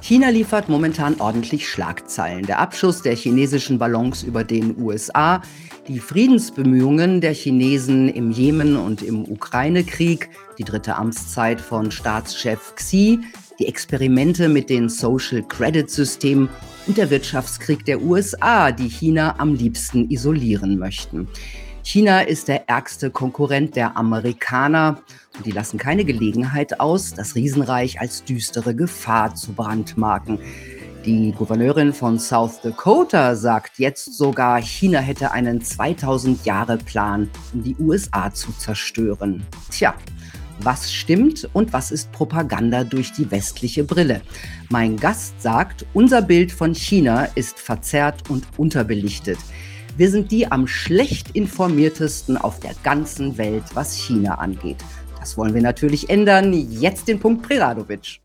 China liefert momentan ordentlich Schlagzeilen. Der Abschuss der chinesischen Ballons über den USA, die Friedensbemühungen der Chinesen im Jemen und im Ukraine-Krieg, die dritte Amtszeit von Staatschef Xi, die Experimente mit den Social-Credit-Systemen und der Wirtschaftskrieg der USA, die China am liebsten isolieren möchten. China ist der ärgste Konkurrent der Amerikaner und die lassen keine Gelegenheit aus, das Riesenreich als düstere Gefahr zu brandmarken. Die Gouverneurin von South Dakota sagt jetzt sogar, China hätte einen 2000-Jahre-Plan, um die USA zu zerstören. Tja, was stimmt und was ist Propaganda durch die westliche Brille? Mein Gast sagt, unser Bild von China ist verzerrt und unterbelichtet. Wir sind die am schlecht informiertesten auf der ganzen Welt, was China angeht. Das wollen wir natürlich ändern. Jetzt den Punkt Preradovic.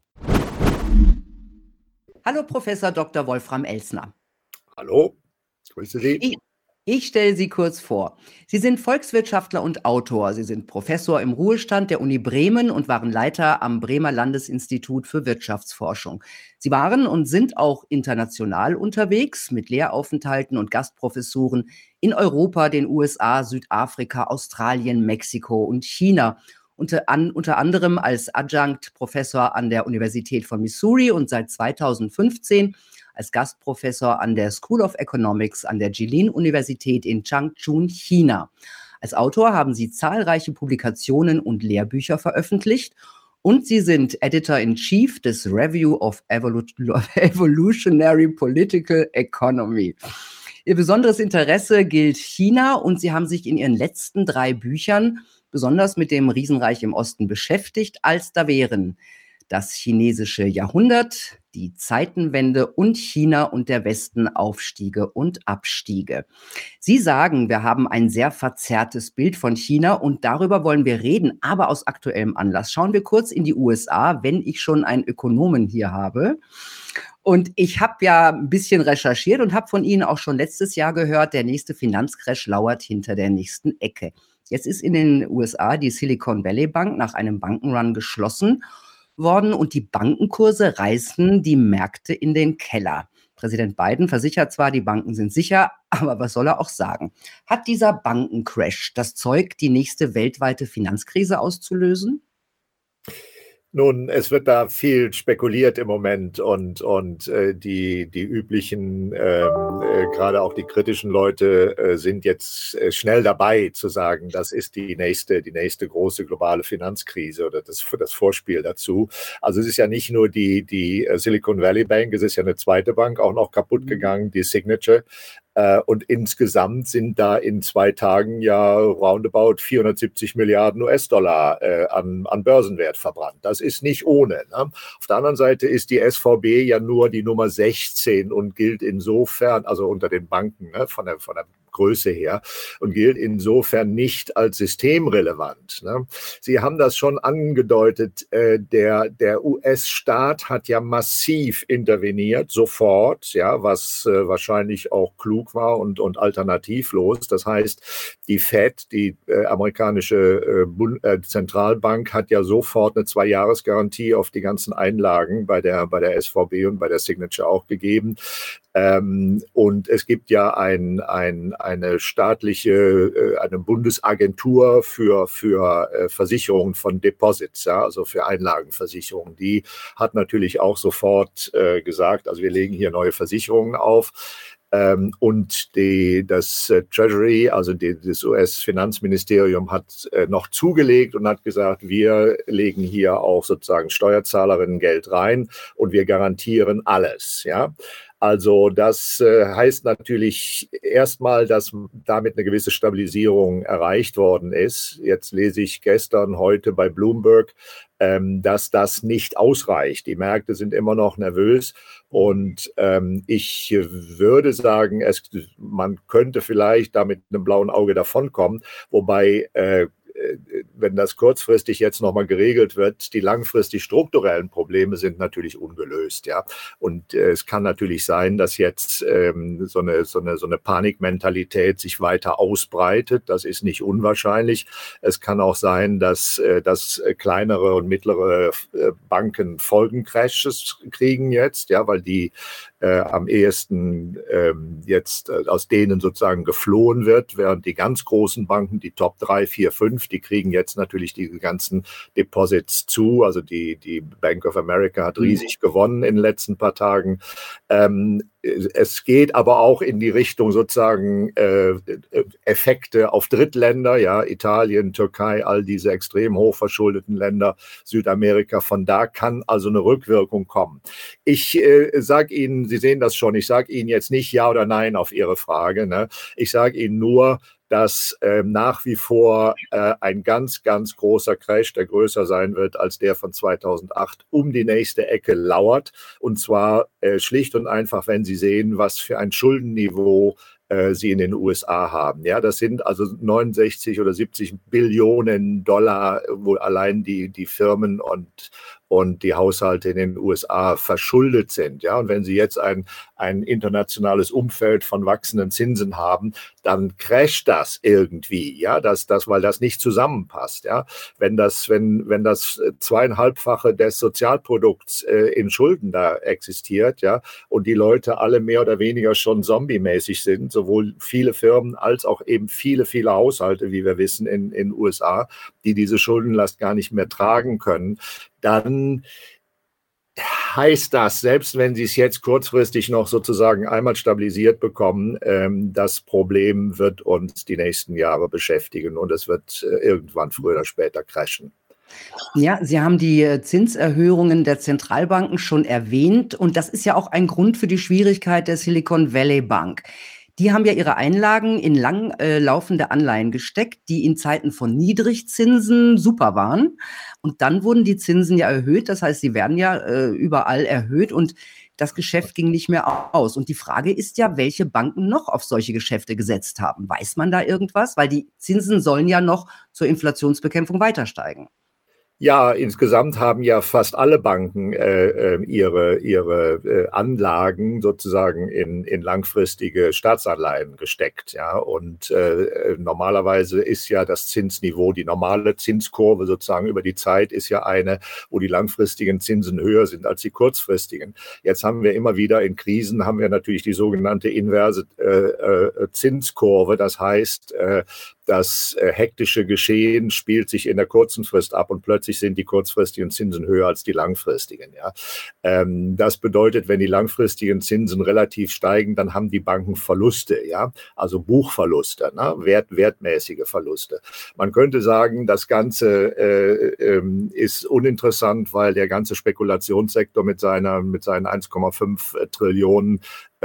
Hallo Professor Dr. Wolfram Elsner. Hallo, grüße Sie. Ich stelle Sie kurz vor. Sie sind Volkswirtschaftler und Autor. Sie sind Professor im Ruhestand der Uni Bremen und waren Leiter am Bremer Landesinstitut für Wirtschaftsforschung. Sie waren und sind auch international unterwegs mit Lehraufenthalten und Gastprofessuren in Europa, den USA, Südafrika, Australien, Mexiko und China. Unter anderem als Adjunkt-Professor an der Universität von Missouri und seit 2015 als Gastprofessor an der School of Economics an der Jilin-Universität in Changchun, China. Als Autor haben Sie zahlreiche Publikationen und Lehrbücher veröffentlicht und Sie sind Editor-in-Chief des Review of Evolutionary Political Economy. Ihr besonderes Interesse gilt China und Sie haben sich in Ihren letzten 3 Büchern besonders mit dem Riesenreich im Osten beschäftigt, als da wären das chinesische Jahrhundert, die Zeitenwende und China und der Westen Aufstiege und Abstiege. Sie sagen, wir haben ein sehr verzerrtes Bild von China und darüber wollen wir reden, aber aus aktuellem Anlass. Schauen wir kurz in die USA, wenn ich schon einen Ökonomen hier habe. Und ich habe ja ein bisschen recherchiert und habe von Ihnen auch schon letztes Jahr gehört, der nächste Finanzcrash lauert hinter der nächsten Ecke. Jetzt ist in den USA die Silicon Valley Bank nach einem Bankenrun geschlossen worden und die Bankenkurse reißen die Märkte in den Keller. Präsident Biden versichert zwar, die Banken sind sicher, aber was soll er auch sagen? Hat dieser Bankencrash das Zeug, die nächste weltweite Finanzkrise auszulösen? Nun, es wird da viel spekuliert im Moment und die üblichen, gerade auch die kritischen Leute sind jetzt schnell dabei zu sagen, das ist die nächste große globale Finanzkrise oder das Vorspiel dazu. Also es ist ja nicht nur die Silicon Valley Bank, es ist ja eine zweite Bank auch noch kaputt gegangen, die Signature. Und insgesamt sind da in 2 Tagen ja roundabout 470 Milliarden US-Dollar an Börsenwert verbrannt. Das ist nicht ohne. Ne? Auf der anderen Seite ist die SVB ja nur die Nummer 16 und gilt insofern, also unter den Banken, ne, von der Größe her, und gilt insofern nicht als systemrelevant. Ne? Sie haben das schon angedeutet, der US-Staat hat ja massiv interveniert, sofort, ja, was wahrscheinlich auch klug war und alternativlos. Das heißt, die Fed, die amerikanische Zentralbank, hat ja sofort eine 2-Jahres-Garantie auf die ganzen Einlagen bei der SVB und bei der Signature auch gegeben. Und es gibt ja eine staatliche, eine Bundesagentur für Versicherungen von Deposits, ja, also für Einlagenversicherungen. Die hat natürlich auch sofort gesagt, also wir legen hier neue Versicherungen auf. Und das Treasury, also das US-Finanzministerium, hat noch zugelegt und hat gesagt, wir legen hier auch sozusagen Steuerzahlerinnen Geld rein und wir garantieren alles, ja. Also das heißt natürlich erstmal, dass damit eine gewisse Stabilisierung erreicht worden ist. Jetzt lese ich gestern, heute bei Bloomberg, dass das nicht ausreicht. Die Märkte sind immer noch nervös und ich würde sagen, man könnte vielleicht da mit einem blauen Auge davonkommen, wobei wenn das kurzfristig jetzt nochmal geregelt wird, die langfristig strukturellen Probleme sind natürlich ungelöst, ja. Und es kann natürlich sein, dass jetzt so eine Panikmentalität sich weiter ausbreitet. Das ist nicht unwahrscheinlich. Es kann auch sein, dass kleinere und mittlere Banken Folgencrashes kriegen jetzt, ja, weil die am ehesten jetzt aus denen sozusagen geflohen wird, während die ganz großen Banken, die Top 3, 4, 5, die kriegen jetzt natürlich die ganzen Deposits zu. Also die Bank of America hat riesig gewonnen in den letzten paar Tagen. Es geht aber auch in die Richtung sozusagen Effekte auf Drittländer, ja, Italien, Türkei, all diese extrem hochverschuldeten Länder, Südamerika. Von da kann also eine Rückwirkung kommen. Ich sage Ihnen, Sie sehen das schon, ich sage Ihnen jetzt nicht Ja oder Nein auf Ihre Frage, ne? Ich sage Ihnen nur, dass nach wie vor ein ganz, ganz großer Crash, der größer sein wird als der von 2008, um die nächste Ecke lauert. Und zwar schlicht und einfach, wenn Sie sehen, was für ein Schuldenniveau sie in den USA haben. Ja, das sind also 69 oder 70 Billionen Dollar, wo allein die Firmen und die Haushalte in den USA verschuldet sind. Ja, und wenn Sie jetzt ein internationales Umfeld von wachsenden Zinsen haben, dann crasht das irgendwie, ja, weil das nicht zusammenpasst. Ja, wenn das 2,5-fache des Sozialprodukts in Schulden da existiert, ja, und die Leute alle mehr oder weniger schon zombie-mäßig sind, sowohl viele Firmen als auch eben viele Haushalte, wie wir wissen, in den USA, die diese Schuldenlast gar nicht mehr tragen können, dann heißt das, selbst wenn Sie es jetzt kurzfristig noch sozusagen einmal stabilisiert bekommen, das Problem wird uns die nächsten Jahre beschäftigen und es wird irgendwann früher oder später crashen. Ja, Sie haben die Zinserhöhungen der Zentralbanken schon erwähnt und das ist ja auch ein Grund für die Schwierigkeit der Silicon Valley Bank. Die haben ja ihre Einlagen in lang laufende Anleihen gesteckt, die in Zeiten von Niedrigzinsen super waren. Und dann wurden die Zinsen ja erhöht. Das heißt, sie werden ja überall erhöht und das Geschäft ging nicht mehr aus. Und die Frage ist ja, welche Banken noch auf solche Geschäfte gesetzt haben. Weiß man da irgendwas? Weil die Zinsen sollen ja noch zur Inflationsbekämpfung weiter steigen. Ja, insgesamt haben ja fast alle Banken ihre Anlagen sozusagen in langfristige Staatsanleihen gesteckt. Ja, und normalerweise ist ja das Zinsniveau, die normale Zinskurve sozusagen über die Zeit ist ja eine, wo die langfristigen Zinsen höher sind als die kurzfristigen. Jetzt haben wir immer wieder in Krisen haben wir natürlich die sogenannte inverse Zinskurve. Das heißt, das hektische Geschehen spielt sich in der kurzen Frist ab und plötzlich sind die kurzfristigen Zinsen höher als die langfristigen. Ja. Das bedeutet, wenn die langfristigen Zinsen relativ steigen, dann haben die Banken Verluste, ja, also Buchverluste, ne? Wertmäßige Verluste. Man könnte sagen, das Ganze ist uninteressant, weil der ganze Spekulationssektor mit seinen 1,5 Trillionen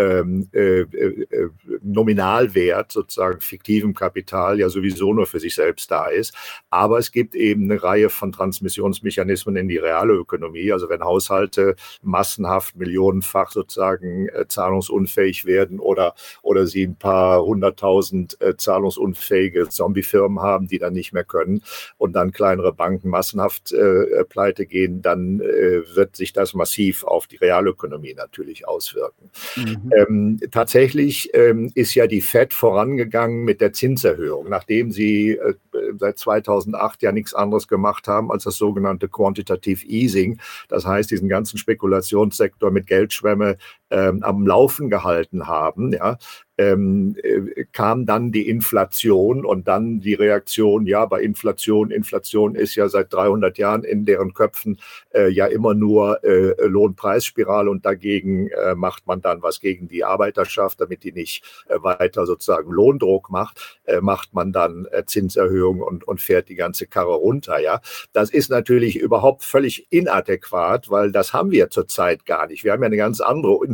Nominalwert, sozusagen fiktivem Kapital, ja sowieso nur für sich selbst da ist. Aber es gibt eben eine Reihe von Transmissionsmechanismen in die reale Ökonomie. Also wenn Haushalte massenhaft millionenfach sozusagen zahlungsunfähig werden oder sie ein paar 100.000 zahlungsunfähige Zombiefirmen haben, die dann nicht mehr können und dann kleinere Banken massenhaft pleite gehen, dann wird sich das massiv auf die Realökonomie natürlich auswirken. Tatsächlich ist ja die Fed vorangegangen mit der Zinserhöhung, nachdem sie seit 2008 ja nichts anderes gemacht haben als das sogenannte Quantitative Easing. Das heißt, diesen ganzen Spekulationssektor mit Geldschwemme am Laufen gehalten haben, ja, kam dann die Inflation und dann die Reaktion, ja, bei Inflation ist ja seit 300 Jahren in deren Köpfen ja immer nur Lohnpreisspirale und dagegen macht man dann was gegen die Arbeiterschaft, damit die nicht weiter sozusagen Lohndruck macht man dann Zinserhöhung und fährt die ganze Karre runter, ja. Das ist natürlich überhaupt völlig inadäquat, weil das haben wir zurzeit gar nicht. Wir haben ja eine ganz andere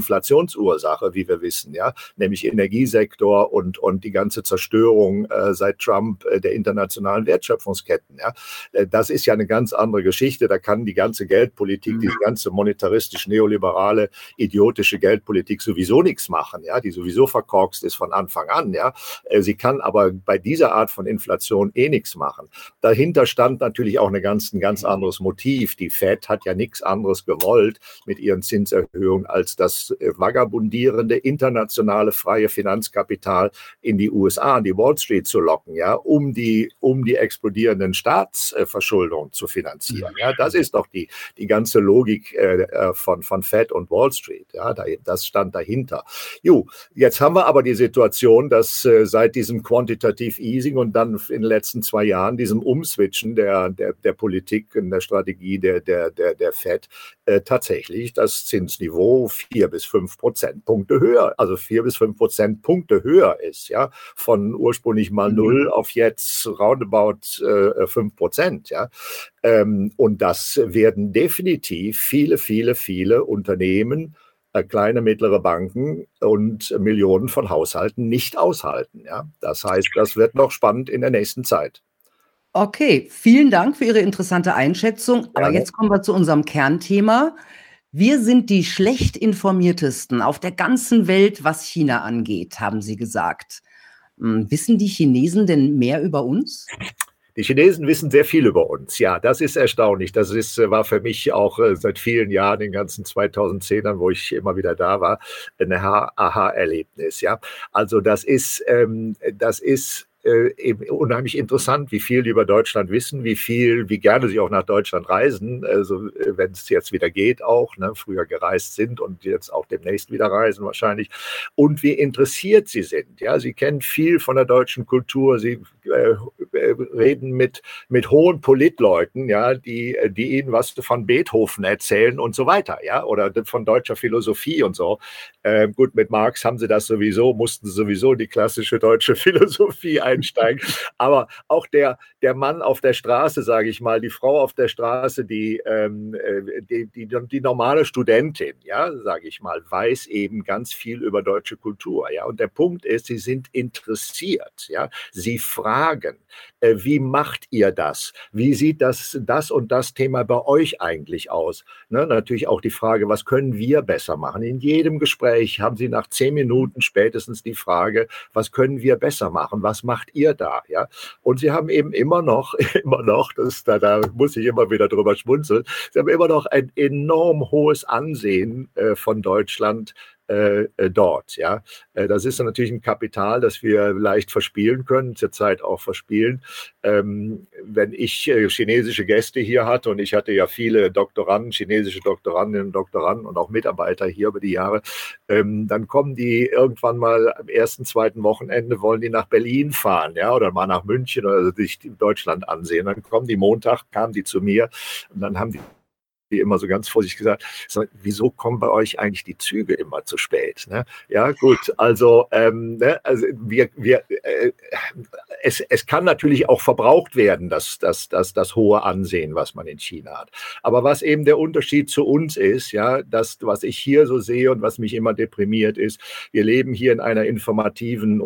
Inflationsursache, wie wir wissen, ja, nämlich Energiesektor und die ganze Zerstörung seit Trump der internationalen Wertschöpfungsketten. Ja. Das ist ja eine ganz andere Geschichte. Da kann die ganze Geldpolitik, diese ganze monetaristisch-neoliberale, idiotische Geldpolitik sowieso nichts machen, ja, die sowieso verkorkst ist von Anfang an. Ja. Sie kann aber bei dieser Art von Inflation nichts machen. Dahinter stand natürlich auch ein ganz anderes Motiv. Die Fed hat ja nichts anderes gewollt mit ihren Zinserhöhungen, als das vagabundierende internationale freie Finanzkapital in die USA, an die Wall Street zu locken, ja, um die explodierenden Staatsverschuldungen zu finanzieren. Ja, das ist doch die ganze Logik von Fed und Wall Street. Ja, das stand dahinter. Jetzt haben wir aber die Situation, dass seit diesem Quantitative Easing und dann in den letzten 2 Jahren diesem Umswitchen der Politik und der Strategie der Fed tatsächlich das Zinsniveau 4 bis 5 Prozentpunkte höher, also 4 bis 5 Prozentpunkte höher ist, ja, von ursprünglich mal 0 auf jetzt roundabout 5%, ja. Und das werden definitiv viele Unternehmen, kleine, mittlere Banken und Millionen von Haushalten nicht aushalten. Ja? Das heißt, das wird noch spannend in der nächsten Zeit. Okay, vielen Dank für Ihre interessante Einschätzung. Aber jetzt kommen wir zu unserem Kernthema. Wir sind die schlecht informiertesten auf der ganzen Welt, was China angeht, haben Sie gesagt. Wissen die Chinesen denn mehr über uns? Die Chinesen wissen sehr viel über uns. Ja, das ist erstaunlich. Das war für mich auch seit vielen Jahren, den ganzen 2010ern, wo ich immer wieder da war, ein Aha-Erlebnis. Ja, also das ist eben unheimlich interessant, wie viel die über Deutschland wissen, wie gerne sie auch nach Deutschland reisen, also wenn es jetzt wieder geht auch, ne, früher gereist sind und jetzt auch demnächst wieder reisen wahrscheinlich, und wie interessiert sie sind. Ja, sie kennen viel von der deutschen Kultur, sie reden mit hohen Politleuten, ja, die ihnen was von Beethoven erzählen und so weiter, ja, oder von deutscher Philosophie und so. Gut, mit Marx haben sie das sowieso, mussten sie sowieso die klassische deutsche Philosophie einsteigen. Aber auch der Mann auf der Straße, sage ich mal, die Frau auf der Straße, die normale Studentin, ja, sage ich mal, weiß eben ganz viel über deutsche Kultur. Ja. Und der Punkt ist, sie sind interessiert. Ja. Sie fragen, wie macht ihr das? Wie sieht das und das Thema bei euch eigentlich aus? Ne, natürlich auch die Frage, was können wir besser machen? In jedem Gespräch haben Sie nach 10 Minuten spätestens die Frage, was können wir besser machen? Was macht ihr da? Ja? Und Sie haben eben immer noch, da muss ich immer wieder drüber schmunzeln, Sie haben immer noch ein enorm hohes Ansehen von Deutschland dort. Ja, das ist dann natürlich ein Kapital, das wir leicht verspielen können, zurzeit auch verspielen. Wenn ich chinesische Gäste hier hatte, und ich hatte ja viele Doktoranden, chinesische Doktorandinnen und Doktoranden und auch Mitarbeiter hier über die Jahre, dann kommen die irgendwann mal am ersten, zweiten Wochenende, wollen die nach Berlin fahren, ja, oder mal nach München oder sich Deutschland ansehen. Dann kamen die zu mir und dann haben die immer so ganz vorsichtig gesagt, wieso kommen bei euch eigentlich die Züge immer zu spät? Ne? Ja, gut, also, es kann natürlich auch verbraucht werden, das hohe Ansehen, was man in China hat. Aber was eben der Unterschied zu uns ist, ja, das, was ich hier so sehe und was mich immer deprimiert ist, wir leben hier unter einer informativen,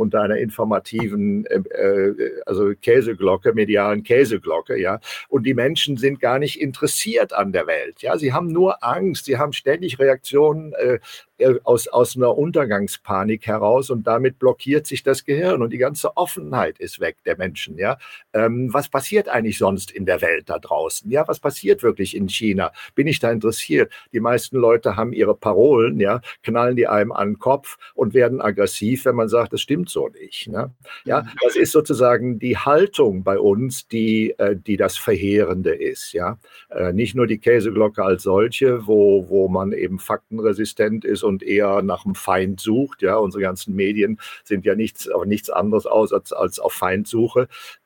also Käseglocke, medialen Käseglocke, ja, und die Menschen sind gar nicht interessiert an der Welt. Ja, sie haben nur Angst, sie haben ständig Reaktionen aus einer Untergangspanik heraus und damit blockiert sich das Gehirn und die ganze Offenheit ist weg der Menschen. Ja, was passiert eigentlich sonst in der Welt da draußen? Ja, was passiert wirklich in China? Bin ich da interessiert? Die meisten Leute haben ihre Parolen, ja, knallen die einem an den Kopf und werden aggressiv, wenn man sagt, das stimmt so nicht. Ne? Ja, das ist sozusagen die Haltung bei uns, die das Verheerende ist. Ja, nicht nur die Käseglocke als solche, wo man eben faktenresistent ist und eher nach dem Feind sucht. Ja, unsere ganzen Medien sind ja nichts anderes aus als auf Feindsuche.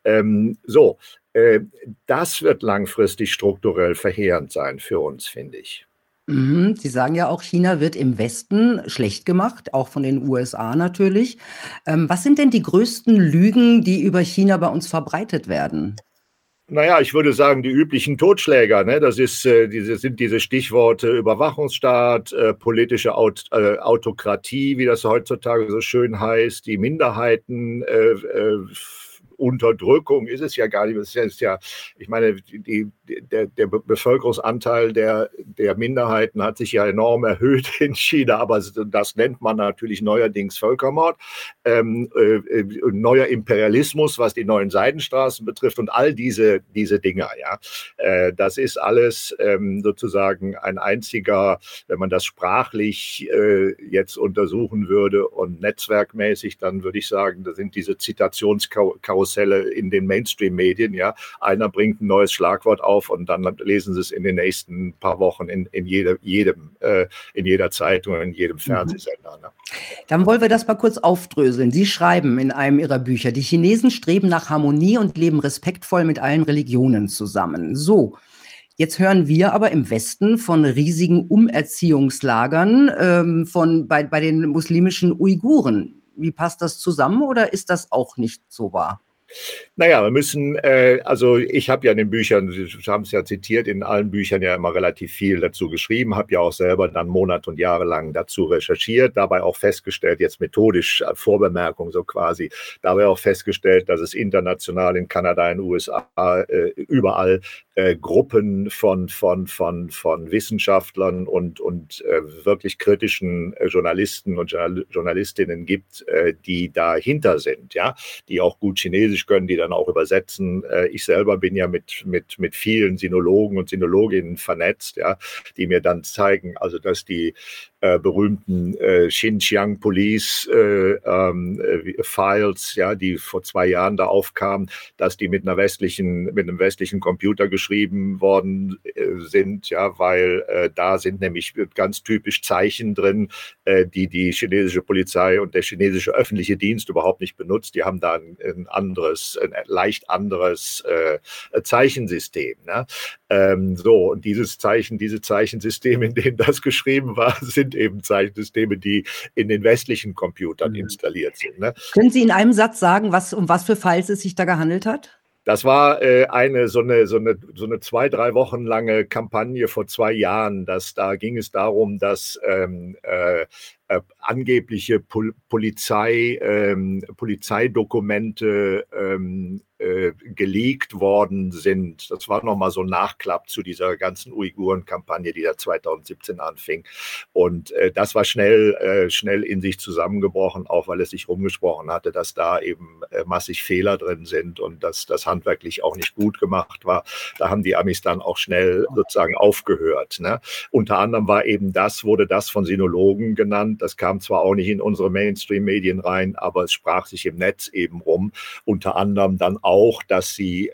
Das wird langfristig strukturell verheerend sein für uns, finde ich. Sie sagen ja auch, China wird im Westen schlecht gemacht, auch von den USA natürlich. Was sind denn die größten Lügen, die über China bei uns verbreitet werden? Naja, ich würde sagen, die üblichen Totschläger, ne? Das sind diese Stichworte Überwachungsstaat, politische Autokratie, wie das heutzutage so schön heißt, die Minderheiten, Unterdrückung ist es ja gar nicht. Es ist ja, ich meine, der Bevölkerungsanteil der Minderheiten hat sich ja enorm erhöht in China, aber das nennt man natürlich neuerdings Völkermord, neuer Imperialismus, was die neuen Seidenstraßen betrifft und all diese Dinger. Ja, das ist alles sozusagen ein einziger, wenn man das sprachlich jetzt untersuchen würde und netzwerkmäßig, dann würde ich sagen, das sind diese Zitationskarusselle in den Mainstream-Medien. Ja, einer bringt ein neues Schlagwort auf und dann lesen Sie es in den nächsten paar Wochen in jeder Zeitung, in jedem Fernsehsender. Ne? Dann wollen wir das mal kurz aufdröseln. Sie schreiben in einem Ihrer Bücher, die Chinesen streben nach Harmonie und leben respektvoll mit allen Religionen zusammen. So, jetzt hören wir aber im Westen von riesigen Umerziehungslagern bei den muslimischen Uiguren. Wie passt das zusammen oder ist das auch nicht so wahr? Naja, wir müssen, also ich habe ja in den Büchern, Sie haben es ja zitiert, in allen Büchern ja immer relativ viel dazu geschrieben, habe ja auch selber dann Monate und Jahre lang dazu recherchiert, dabei auch festgestellt, jetzt methodisch Vorbemerkung so quasi, dabei auch festgestellt, dass es international in Kanada, in den USA, überall Gruppen von Wissenschaftlern und wirklich kritischen Journalisten und Journalistinnen gibt, die dahinter sind, ja, die auch gut Chinesisch können, die dann auch übersetzen. Ich selber bin ja mit vielen Sinologen und Sinologinnen vernetzt, ja, die mir dann zeigen, also dass die berühmten Xinjiang Police Files, ja, die vor 2 Jahren da aufkamen, dass die mit einem westlichen Computer geschrieben worden sind, ja, weil da sind nämlich ganz typisch Zeichen drin, die chinesische Polizei und der chinesische öffentliche Dienst überhaupt nicht benutzt. Die haben da ein leicht anderes Zeichensystem. Ne? So, und diese Zeichensysteme, in denen das geschrieben war, sind eben Zeichensysteme, die in den westlichen Computern installiert sind. Ne? Können Sie in einem Satz sagen, um was für Files es sich da gehandelt hat? Das war so eine 2-3 Wochen lange Kampagne vor 2 Jahren. Da ging es darum, dass angebliche Polizeidokumente geleakt worden sind. Das war nochmal so ein Nachklapp zu dieser ganzen Uiguren-Kampagne, die da 2017 anfing. Und das war schnell in sich zusammengebrochen, auch weil es sich rumgesprochen hatte, dass da eben massig Fehler drin sind und dass das handwerklich auch nicht gut gemacht war. Da haben die Amis dann auch schnell sozusagen aufgehört. Ne? Unter anderem wurde das von Sinologen genannt. Das kam zwar auch nicht in unsere Mainstream-Medien rein, aber es sprach sich im Netz eben rum. Unter anderem dann auch, dass sie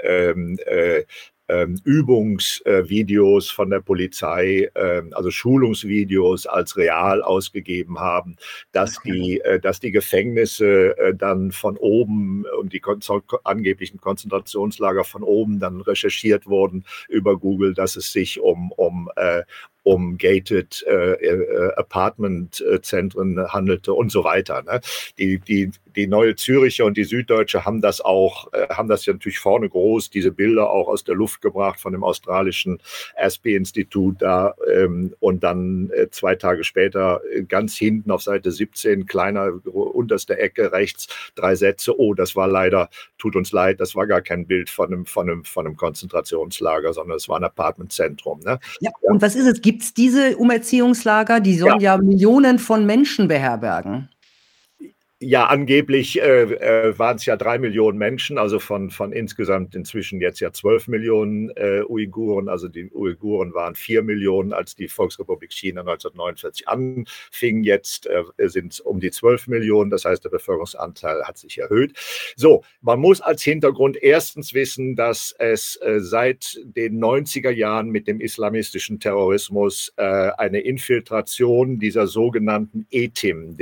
Übungsvideos von der Polizei, also Schulungsvideos als real ausgegeben haben, dass die Gefängnisse dann von oben und die angeblichen Konzentrationslager von oben dann recherchiert wurden über Google, dass es sich um gated Apartmentzentren handelte und so weiter. Ne? Die Neue Züricher und die Süddeutsche haben das ja natürlich vorne groß, diese Bilder auch aus der Luft gebracht von dem australischen Aspie-Institut da und dann 2 Tage später ganz hinten auf Seite 17, kleiner unterste Ecke rechts, 3 Sätze, das war leider, tut uns leid, das war gar kein Bild von einem Konzentrationslager, sondern es war ein Apartmentzentrum. Ne? Ja, und was ist es? Gibt es diese Umerziehungslager? Die sollen ja Millionen von Menschen beherbergen. Ja, angeblich waren es ja 3 Millionen Menschen, also von insgesamt inzwischen jetzt ja 12 Millionen Uiguren. Also die Uiguren waren 4 Millionen, als die Volksrepublik China 1949 anfing. Jetzt sind es um die 12 Millionen. Das heißt, der Bevölkerungsanteil hat sich erhöht. So, man muss als Hintergrund erstens wissen, dass es seit den 90er Jahren mit dem islamistischen Terrorismus eine Infiltration dieser sogenannten ETIM,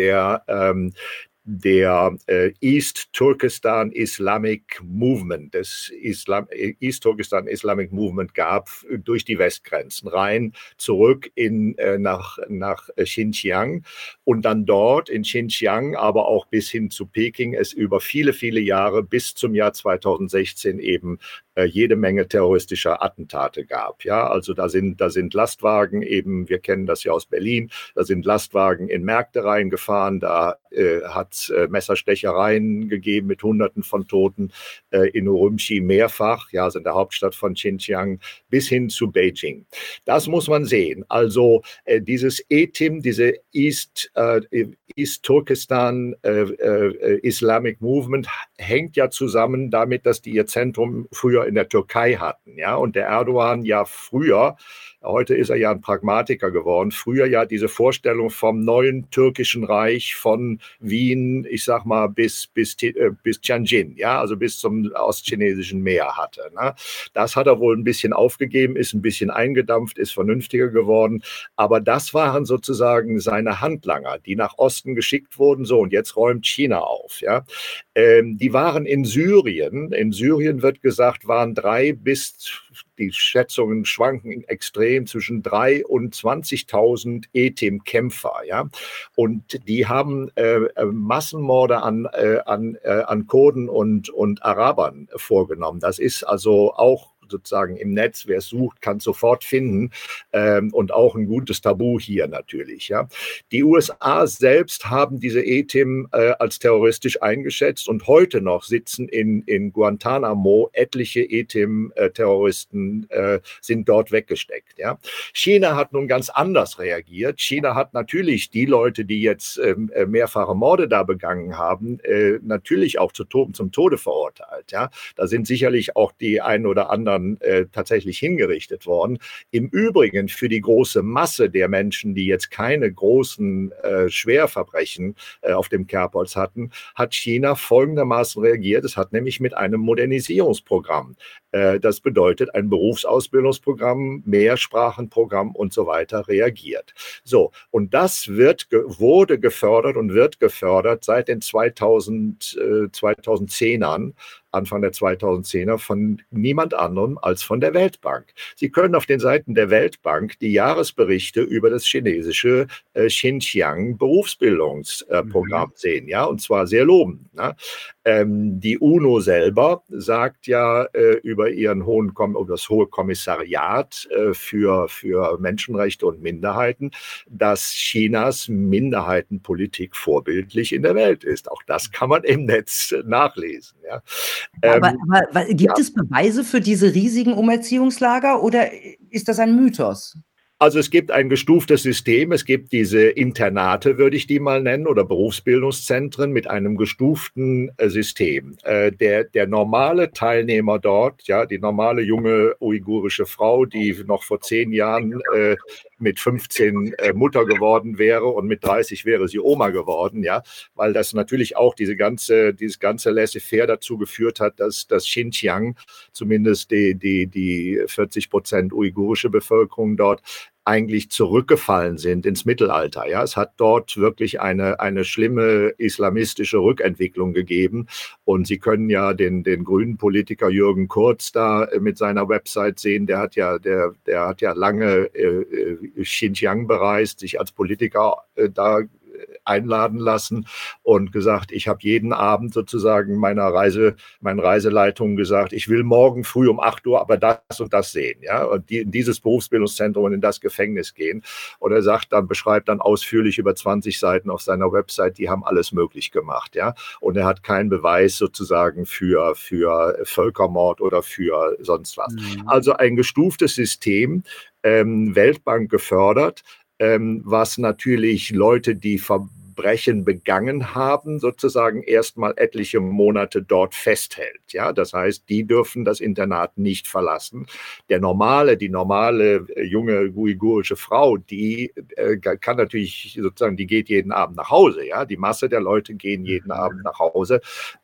der East Turkestan Islamic Movement, East Turkestan Islamic Movement gab durch die Westgrenzen rein, zurück nach Xinjiang und dann dort in Xinjiang, aber auch bis hin zu Peking es über viele, viele Jahre bis zum Jahr 2016 eben jede Menge terroristischer Attentate gab. Ja, also da sind Lastwagen eben, wir kennen das ja aus Berlin, da sind Lastwagen in Märkte reingefahren, da hat es Messerstechereien gegeben mit Hunderten von Toten, in Urumqi mehrfach, ja, also in der Hauptstadt von Xinjiang, bis hin zu Beijing. Das muss man sehen. Also dieses ETIM, diese East Turkestan Islamic Movement, hängt ja zusammen damit, dass die ihr Zentrum früher in der Türkei hatten. Ja? Und der Erdogan ja früher, heute ist er ja ein Pragmatiker geworden, früher ja diese Vorstellung vom neuen türkischen Reich von Wien, ich sag mal, bis Tianjin, ja, also bis zum ostchinesischen Meer hatte. Ne? Das hat er wohl ein bisschen aufgegeben, ist ein bisschen eingedampft, ist vernünftiger geworden. Aber das waren sozusagen seine Handlanger, die nach Osten geschickt wurden. So, und jetzt räumt China auf. Ja? Die waren in Syrien. In Syrien wird gesagt, waren die Schätzungen schwanken extrem, zwischen 3.000 und 20.000 ETIM-Kämpfer. Ja? Und die haben Massenmorde an Kurden und Arabern vorgenommen. Das ist also auch sozusagen im Netz, wer es sucht, kann es sofort finden, und auch ein gutes Tabu hier natürlich. Ja. Die USA selbst haben diese ETIM als terroristisch eingeschätzt und heute noch sitzen in Guantanamo etliche ETIM-Terroristen, sind dort weggesteckt. Ja. China hat nun ganz anders reagiert. China hat natürlich die Leute, die jetzt mehrfache Morde da begangen haben, natürlich auch zum Tode verurteilt. Ja. Da sind sicherlich auch die ein oder anderen tatsächlich hingerichtet worden. Im Übrigen für die große Masse der Menschen, die jetzt keine großen Schwerverbrechen auf dem Kerbholz hatten, hat China folgendermaßen reagiert. Es hat nämlich mit einem Modernisierungsprogramm, das bedeutet ein Berufsausbildungsprogramm, Mehrsprachenprogramm und so weiter, reagiert. So, und das wurde gefördert und wird gefördert seit den 2010ern, Anfang der 2010er, von niemand anderem als von der Weltbank. Sie können auf den Seiten der Weltbank die Jahresberichte über das chinesische Xinjiang Berufsbildungsprogramm sehen, ja, und zwar sehr lobend. Ne? Die UNO selber sagt ja über das Hohe Kommissariat für Menschenrechte und Minderheiten, dass Chinas Minderheitenpolitik vorbildlich in der Welt ist. Auch das kann man im Netz nachlesen. Ja. Aber gibt es Beweise für diese riesigen Umerziehungslager oder ist das ein Mythos? Also es gibt ein gestuftes System, es gibt diese Internate, würde ich die mal nennen, oder Berufsbildungszentren mit einem gestuften System. Der normale Teilnehmer dort, ja, die normale junge uigurische Frau, die noch vor 10 Jahren mit 15 Mutter geworden wäre und mit 30 wäre sie Oma geworden, ja, weil das natürlich auch dieses ganze Laissez-faire dazu geführt hat, dass das Xinjiang, zumindest die 40% uigurische Bevölkerung dort, eigentlich zurückgefallen sind ins Mittelalter. Ja, es hat dort wirklich eine schlimme islamistische Rückentwicklung gegeben. Und Sie können ja den grünen Politiker Jürgen Kurz da mit seiner Website sehen. Der hat ja lange Xinjiang bereist, sich als Politiker da einladen lassen und gesagt, ich habe jeden Abend sozusagen meinen Reiseleitungen gesagt, ich will morgen früh um 8 Uhr aber das und das sehen, ja, und in dieses Berufsbildungszentrum und in das Gefängnis gehen. Und er beschreibt dann ausführlich über 20 Seiten auf seiner Website, die haben alles möglich gemacht, ja, und er hat keinen Beweis sozusagen für Völkermord oder für sonst was. Also ein gestuftes System, Weltbank gefördert, was natürlich Leute, die Verbrechen begangen haben, sozusagen erstmal etliche Monate dort festhält. Ja, das heißt, die dürfen das Internat nicht verlassen. Die normale junge uigurische Frau, die kann natürlich sozusagen, die geht jeden Abend nach Hause. Ja, die Masse der Leute gehen jeden Abend nach Hause,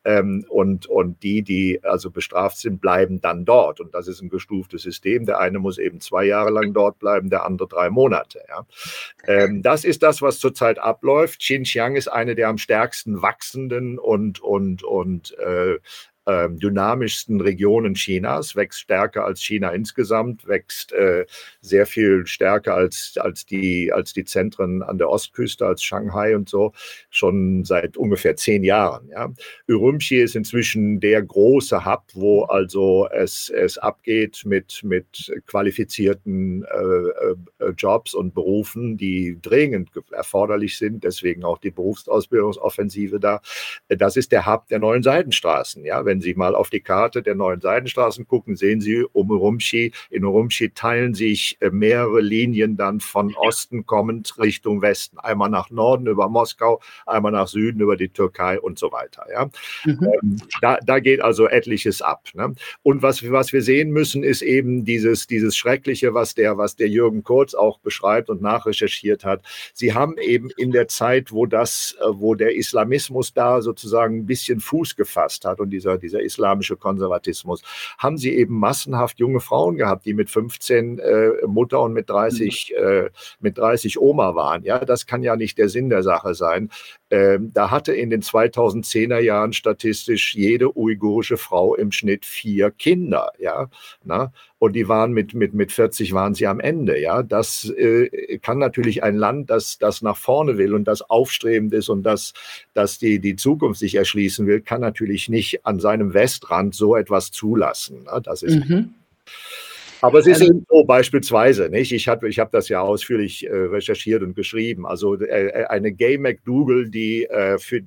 und die also bestraft sind, bleiben dann dort. Und das ist ein gestuftes System. Der eine muss eben 2 Jahre lang dort bleiben, der andere 3 Monate. Ja. Das ist das, was zurzeit abläuft. Xinjiang ist eine der am stärksten wachsenden und dynamischsten Regionen Chinas, wächst stärker als China insgesamt, wächst sehr viel stärker als die Zentren an der Ostküste, als Shanghai und so, schon seit ungefähr 10 Jahren. Ja. Urumqi ist inzwischen der große Hub, wo also es abgeht mit qualifizierten Jobs und Berufen, die dringend erforderlich sind, deswegen auch die Berufsausbildungsoffensive da. Das ist der Hub der neuen Seidenstraßen. Ja, wenn Sie mal auf die Karte der neuen Seidenstraßen gucken, sehen Sie in Urumqi teilen sich mehrere Linien dann von Osten kommend Richtung Westen. Einmal nach Norden über Moskau, einmal nach Süden über die Türkei und so weiter. Ja. Da geht also etliches ab. Ne? Und was wir sehen müssen, ist eben dieses Schreckliche, was der Jürgen Kurz auch beschreibt und nachrecherchiert hat. Sie haben eben in der Zeit, wo der Islamismus da sozusagen ein bisschen Fuß gefasst hat und dieser islamische Konservatismus, haben sie eben massenhaft junge Frauen gehabt, die mit 15 Mutter und mit 30 Oma waren. Ja, das kann ja nicht der Sinn der Sache sein. Da hatte in den 2010er Jahren statistisch jede uigurische Frau im Schnitt 4 Kinder. Ja, na? Und die waren mit 40 waren sie am Ende. Ja, das kann natürlich ein Land, das nach vorne will und das aufstrebend ist und das die Zukunft sich erschließen will, kann natürlich nicht an seinem Westrand so etwas zulassen. Ne? Das ist Aber es ist eben so beispielsweise, nicht? Ich hab das ja ausführlich recherchiert und geschrieben. Also eine Gay McDougal, die für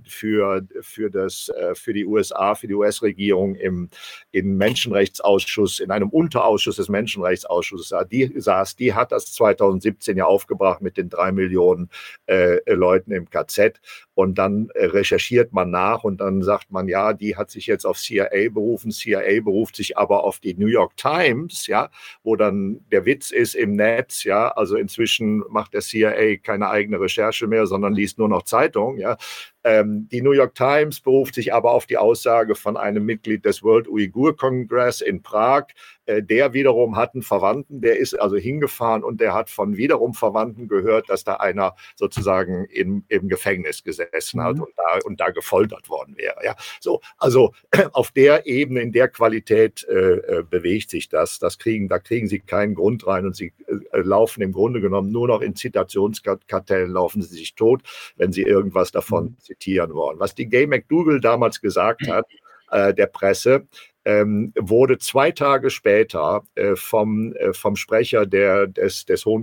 die USA, für die US-Regierung im Menschenrechtsausschuss, in einem Unterausschuss des Menschenrechtsausschusses die hat das 2017 ja aufgebracht mit den 3 Millionen Leuten im KZ. Und dann recherchiert man nach und dann sagt man, ja, die hat sich jetzt auf CIA berufen. CIA beruft sich aber auf die New York Times, ja, wo dann der Witz ist im Netz, ja, also inzwischen macht der CIA keine eigene Recherche mehr, sondern liest nur noch Zeitungen, ja. Die New York Times beruft sich aber auf die Aussage von einem Mitglied des World Uyghur Congress in Prag. Der wiederum hat einen Verwandten, der ist also hingefahren und der hat von wiederum Verwandten gehört, dass da einer sozusagen im Gefängnis gesessen hat und da gefoltert worden wäre. Ja, so, also auf der Ebene, in der Qualität bewegt sich das. Da kriegen sie keinen Grund rein und sie laufen im Grunde genommen nur noch in Zitationskartellen, laufen sie sich tot, wenn sie irgendwas davon zitieren wollen. Was die Gay McDougal damals gesagt hat, der Presse, wurde 2 Tage später vom Sprecher des Hohen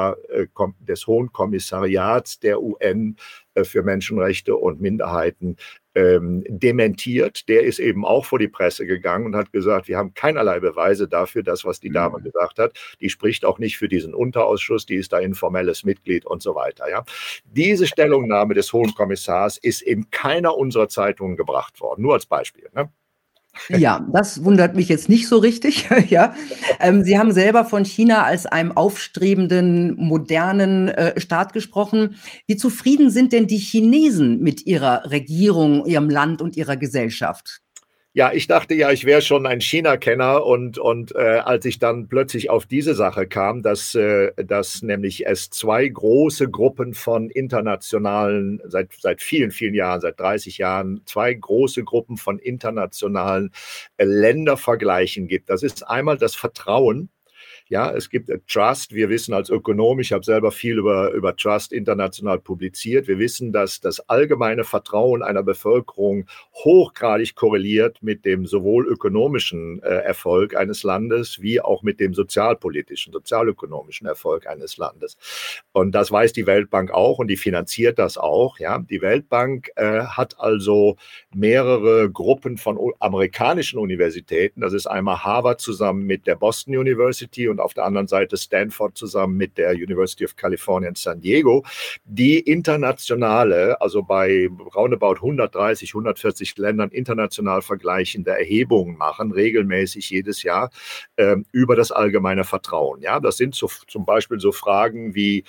Kommissariats der UN für Menschenrechte und Minderheiten dementiert. Der ist eben auch vor die Presse gegangen und hat gesagt, wir haben keinerlei Beweise dafür, das, was die Dame gesagt hat. Die spricht auch nicht für diesen Unterausschuss, die ist da informelles Mitglied und so weiter. Ja. Diese Stellungnahme des Hohen Kommissars ist in keiner unserer Zeitungen gebracht worden, nur als Beispiel. Ne? Ja, das wundert mich jetzt nicht so richtig. Ja. Sie haben selber von China als einem aufstrebenden, modernen Staat gesprochen. Wie zufrieden sind denn die Chinesen mit ihrer Regierung, ihrem Land und ihrer Gesellschaft? Ja, ich dachte ja, ich wäre schon ein China-Kenner und als ich dann plötzlich auf diese Sache kam, dass nämlich es 2 große Gruppen von internationalen, seit vielen, vielen Jahren, seit 30 Jahren, 2 große Gruppen von internationalen Ländervergleichen gibt. Das ist einmal das Vertrauen. Ja, es gibt Trust. Wir wissen als Ökonom, ich habe selber viel über Trust international publiziert. Wir wissen, dass das allgemeine Vertrauen einer Bevölkerung hochgradig korreliert mit dem sowohl ökonomischen Erfolg eines Landes wie auch mit dem sozialpolitischen, sozialökonomischen Erfolg eines Landes. Und das weiß die Weltbank auch und die finanziert das auch. Ja, die Weltbank hat also mehrere Gruppen von amerikanischen Universitäten. Das ist einmal Harvard zusammen mit der Boston University und auf der anderen Seite Stanford zusammen mit der University of California in San Diego, die internationale, also bei roundabout 130, 140 Ländern international vergleichende Erhebungen machen, regelmäßig jedes Jahr über das allgemeine Vertrauen. Ja, das sind so, zum Beispiel so Fragen wie,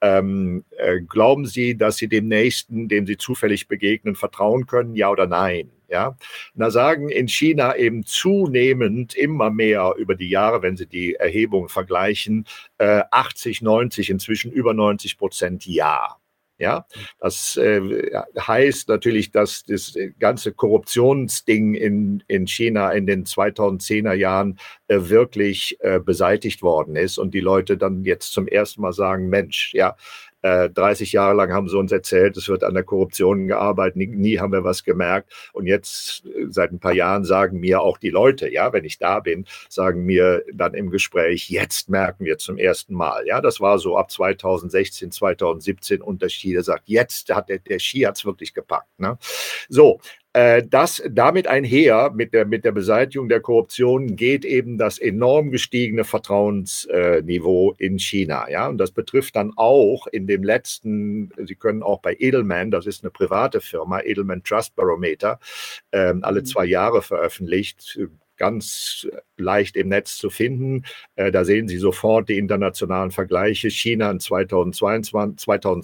glauben Sie, dass Sie dem Nächsten, dem Sie zufällig begegnen, vertrauen können, ja oder nein? Ja, da sagen in China eben zunehmend immer mehr über die Jahre, wenn Sie die Erhebungen vergleichen, 80, 90, inzwischen über 90% ja. Ja, das heißt natürlich, dass das ganze Korruptionsding in China in den 2010er Jahren wirklich beseitigt worden ist und die Leute dann jetzt zum ersten Mal sagen, Mensch, ja, 30 Jahre lang haben sie uns erzählt, es wird an der Korruption gearbeitet, nie haben wir was gemerkt. Und jetzt seit ein paar Jahren sagen mir auch die Leute, ja, wenn ich da bin, sagen mir dann im Gespräch, jetzt merken wir zum ersten Mal. Ja, das war so ab 2016, 2017 und der Xi, der sagt, jetzt hat der Xi hat's wirklich gepackt. Ne? So, das damit einher mit der Beseitigung der Korruption geht eben das enorm gestiegene Vertrauensniveau in China. Ja, und das betrifft dann auch in dem letzten, Sie können auch bei Edelman, das ist eine private Firma, Edelman Trust Barometer, alle 2 Jahre veröffentlicht, ganz leicht im Netz zu finden. Da sehen Sie sofort die internationalen Vergleiche. China in 2020,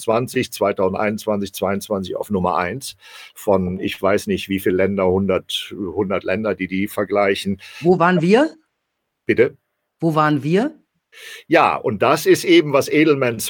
2021, 2022 auf Nummer 1 von, ich weiß nicht wie viele Länder, 100 Länder, die vergleichen. Wo waren wir? Bitte? Wo waren wir? Ja, und das ist eben, was Edelman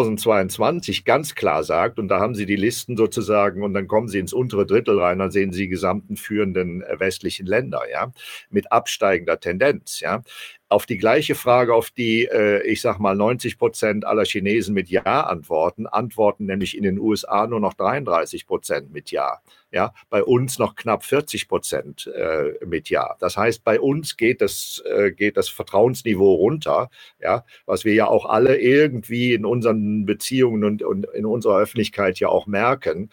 2022 ganz klar sagt. Und da haben Sie die Listen sozusagen und dann kommen Sie ins untere Drittel rein, dann sehen Sie die gesamten führenden westlichen Länder, ja, mit absteigender Tendenz, ja. Auf die gleiche Frage, auf die, ich sag mal, 90% aller Chinesen mit Ja antworten nämlich in den USA nur noch 33% mit Ja. Ja, bei uns noch knapp 40% mit Ja. Das heißt, bei uns geht das Vertrauensniveau runter, ja, was wir ja auch alle irgendwie in unseren Beziehungen und in unserer Öffentlichkeit ja auch merken.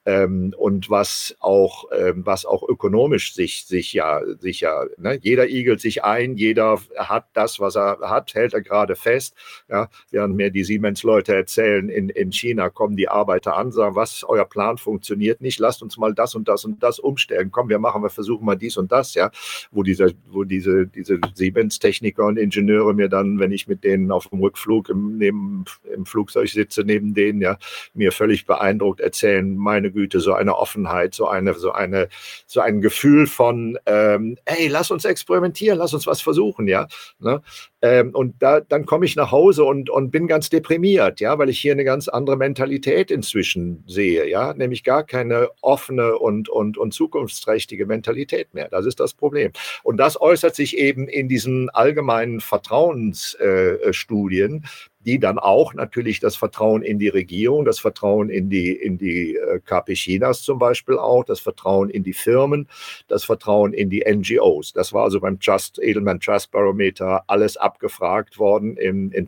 Und was auch ökonomisch sich ja, ne, jeder igelt sich ein, jeder hat das, was er hat, hält er gerade fest. Ja, während mir die Siemens-Leute erzählen, in China kommen die Arbeiter an, sagen, was, euer Plan funktioniert nicht, lasst uns mal das und das und das umstellen. Komm, wir versuchen mal dies und das, ja, wo diese Siemens-Techniker und Ingenieure mir dann, wenn ich mit denen auf dem Rückflug im Flugzeug sitze, neben denen, ja, mir völlig beeindruckt erzählen, meine Güte, so eine Offenheit, so ein Gefühl von, hey, lass uns experimentieren, lass uns was versuchen, ja. Ne? Und dann komme ich nach Hause und bin ganz deprimiert, ja, weil ich hier eine ganz andere Mentalität inzwischen sehe, ja, nämlich gar keine offene und zukunftsträchtige Mentalität mehr. Das ist das Problem. Und das äußert sich eben in diesen allgemeinen Vertrauensstudien, die dann auch natürlich das Vertrauen in die Regierung, das Vertrauen in die KP Chinas zum Beispiel auch, das Vertrauen in die Firmen, das Vertrauen in die NGOs. Das war also beim Edelman Trust Barometer alles abgefragt worden in